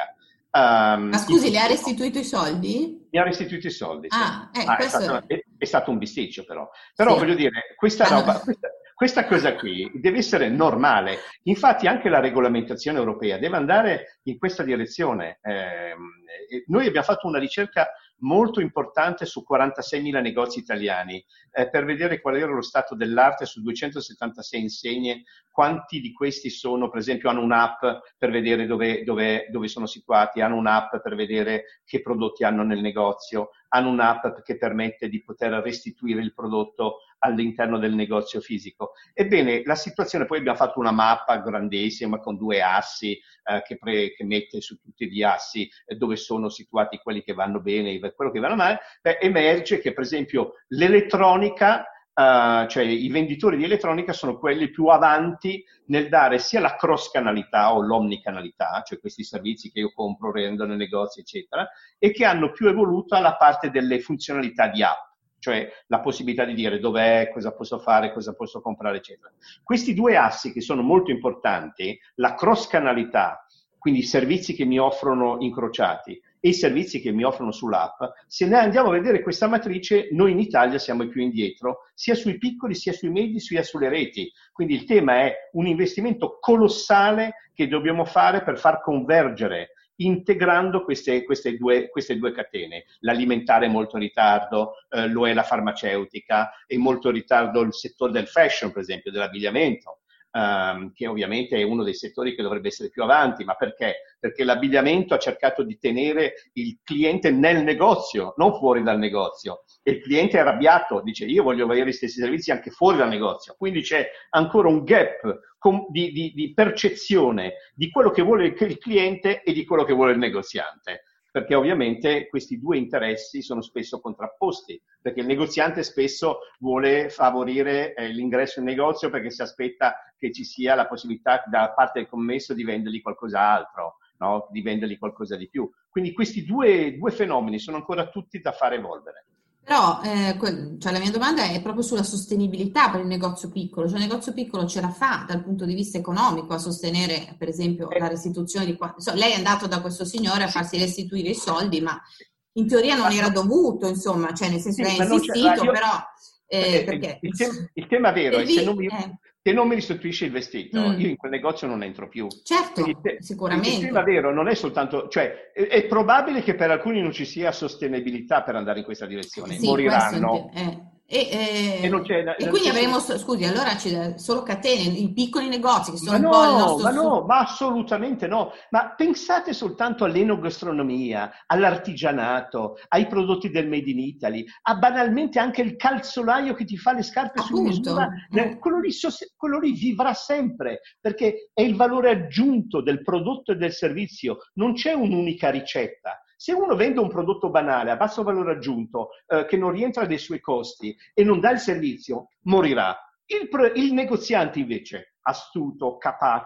Um, Ma scusi, le ha restituito i soldi? Mi ha restituito i soldi, ah, sì. eh, ah, questo... è, stato, è, è stato un bisticcio, però. Però, sì. voglio dire, questa ah, roba... no. Questa, Questa cosa qui deve essere normale, infatti anche la regolamentazione europea deve andare in questa direzione. Eh, noi abbiamo fatto una ricerca molto importante su quarantaseimila negozi italiani eh, per vedere qual era lo stato dell'arte su duecentosettantasei insegne, quanti di questi sono, per esempio, hanno un'app per vedere dove, dove, dove sono situati, hanno un'app per vedere che prodotti hanno nel negozio, hanno un'app che permette di poter restituire il prodotto all'interno del negozio fisico. Ebbene, la situazione, poi abbiamo fatto una mappa grandissima con due assi eh, che, pre, che mette su tutti gli assi eh, dove sono situati quelli che vanno bene e quello che vanno male, beh, emerge che per esempio l'elettronica, Uh, cioè i venditori di elettronica sono quelli più avanti nel dare sia la cross-canalità o l'omnicanalità, cioè questi servizi che io compro, rendo nei negozi, eccetera, e che hanno più evoluto la parte delle funzionalità di app, cioè la possibilità di dire dov'è, cosa posso fare, cosa posso comprare, eccetera. Questi due assi che sono molto importanti, la cross-canalità, quindi i servizi che mi offrono incrociati, e i servizi che mi offrono sull'app, se ne andiamo a vedere questa matrice, noi in Italia siamo più indietro, sia sui piccoli, sia sui medi, sia sulle reti. Quindi il tema è un investimento colossale che dobbiamo fare per far convergere, integrando queste, queste, due, queste due catene. L'alimentare è molto in ritardo, eh, lo è la farmaceutica, è molto in ritardo il settore del fashion, per esempio, dell'abbigliamento. Um, che ovviamente è uno dei settori che dovrebbe essere più avanti, ma perché? Perché l'abbigliamento ha cercato di tenere il cliente nel negozio, non fuori dal negozio, e il cliente è arrabbiato, dice io voglio avere gli stessi servizi anche fuori dal negozio, quindi c'è ancora un gap com- di, di, di percezione di quello che vuole il cliente e di quello che vuole il negoziante. Perché ovviamente questi due interessi sono spesso contrapposti, perché il negoziante spesso vuole favorire eh, l'ingresso in negozio perché si aspetta che ci sia la possibilità da parte del commesso di vendergli qualcos'altro, no? Di vendergli qualcosa di più. Quindi questi due, due fenomeni sono ancora tutti da far evolvere. Però eh, que- cioè la mia domanda è proprio sulla sostenibilità per il negozio piccolo, cioè il negozio piccolo ce la fa dal punto di vista economico a sostenere per esempio la restituzione di qua- so, lei è andato da questo signore a farsi restituire i soldi, ma in teoria non era dovuto, insomma, cioè nel senso che sì, ha insistito, io, però eh, eh, perché il, tema, il tema vero è lì, se non mi, eh. se non mi restituisci il vestito, mm. io in quel negozio non entro più. Certo, te, sicuramente. Il tema vero non è soltanto, cioè è, è probabile che per alcuni non ci sia sostenibilità per andare in questa direzione, sì, moriranno. Eh. E, eh, e, non c'è, e quindi avremo, scusi, allora c'è solo catene, i piccoli negozi che sono ma un no, po' il nostro... Ma no, ma assolutamente no. Ma pensate soltanto all'enogastronomia, all'artigianato, ai prodotti del Made in Italy, a banalmente anche il calzolaio che ti fa le scarpe su misura. Eh. Quello lì, quello lì vivrà sempre, perché è il valore aggiunto del prodotto e del servizio. Non c'è un'unica ricetta. Se uno vende un prodotto banale a basso valore aggiunto eh, che non rientra nei suoi costi e non dà il servizio, morirà. Il, il negoziante invece, astuto, capace,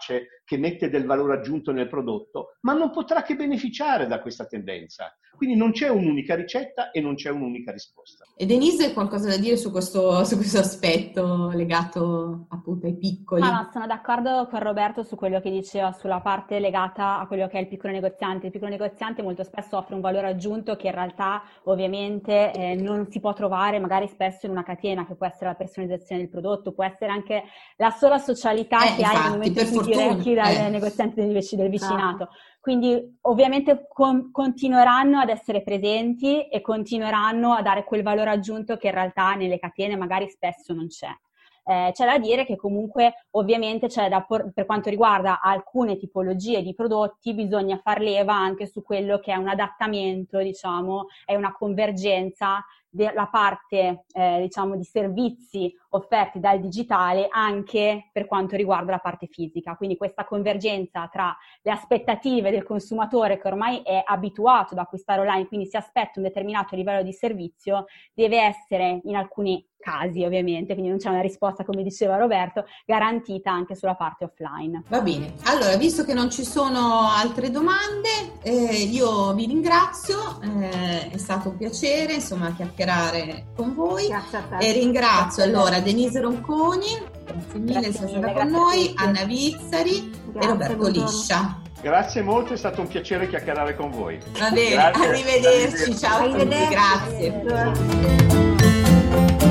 che mette del valore aggiunto nel prodotto, ma non potrà che beneficiare da questa tendenza. Quindi non c'è un'unica ricetta e non c'è un'unica risposta. E Denise, qualcosa da dire su questo, su questo aspetto legato appunto ai piccoli? Ah, no, sono d'accordo con Roberto su quello che diceva sulla parte legata a quello che è il piccolo negoziante. Il piccolo negoziante molto spesso offre un valore aggiunto che in realtà ovviamente eh, non si può trovare magari spesso in una catena, che può essere la personalizzazione del prodotto, può essere anche la sola socialità eh, che infatti, hai nel momento in cui ti rechi dal eh. negoziante del vicinato. Ah. Quindi ovviamente con, continueranno ad essere presenti e continueranno a dare quel valore aggiunto che in realtà nelle catene magari spesso non c'è. Eh, c'è da dire che comunque ovviamente c'è da por- per quanto riguarda alcune tipologie di prodotti bisogna far leva anche su quello che è un adattamento, diciamo, è una convergenza della parte eh, diciamo di servizi offerti dal digitale anche per quanto riguarda la parte fisica, quindi questa convergenza tra le aspettative del consumatore che ormai è abituato ad acquistare online, quindi si aspetta un determinato livello di servizio, deve essere in alcuni casi ovviamente, quindi non c'è una risposta come diceva Roberto, garantita anche sulla parte offline. Va bene, allora visto che non ci sono altre domande eh, io vi ringrazio, eh, è stato un piacere insomma chiacchierare con voi e ringrazio allora Denise Ronconi, grazie mille di essere stata con noi, Anna Vizzari grazie, e Roberto buongiorno. Liscia. Grazie molto, è stato un piacere chiacchierare con voi. Va bene, arrivederci, arrivederci. Ciao a tutti, grazie.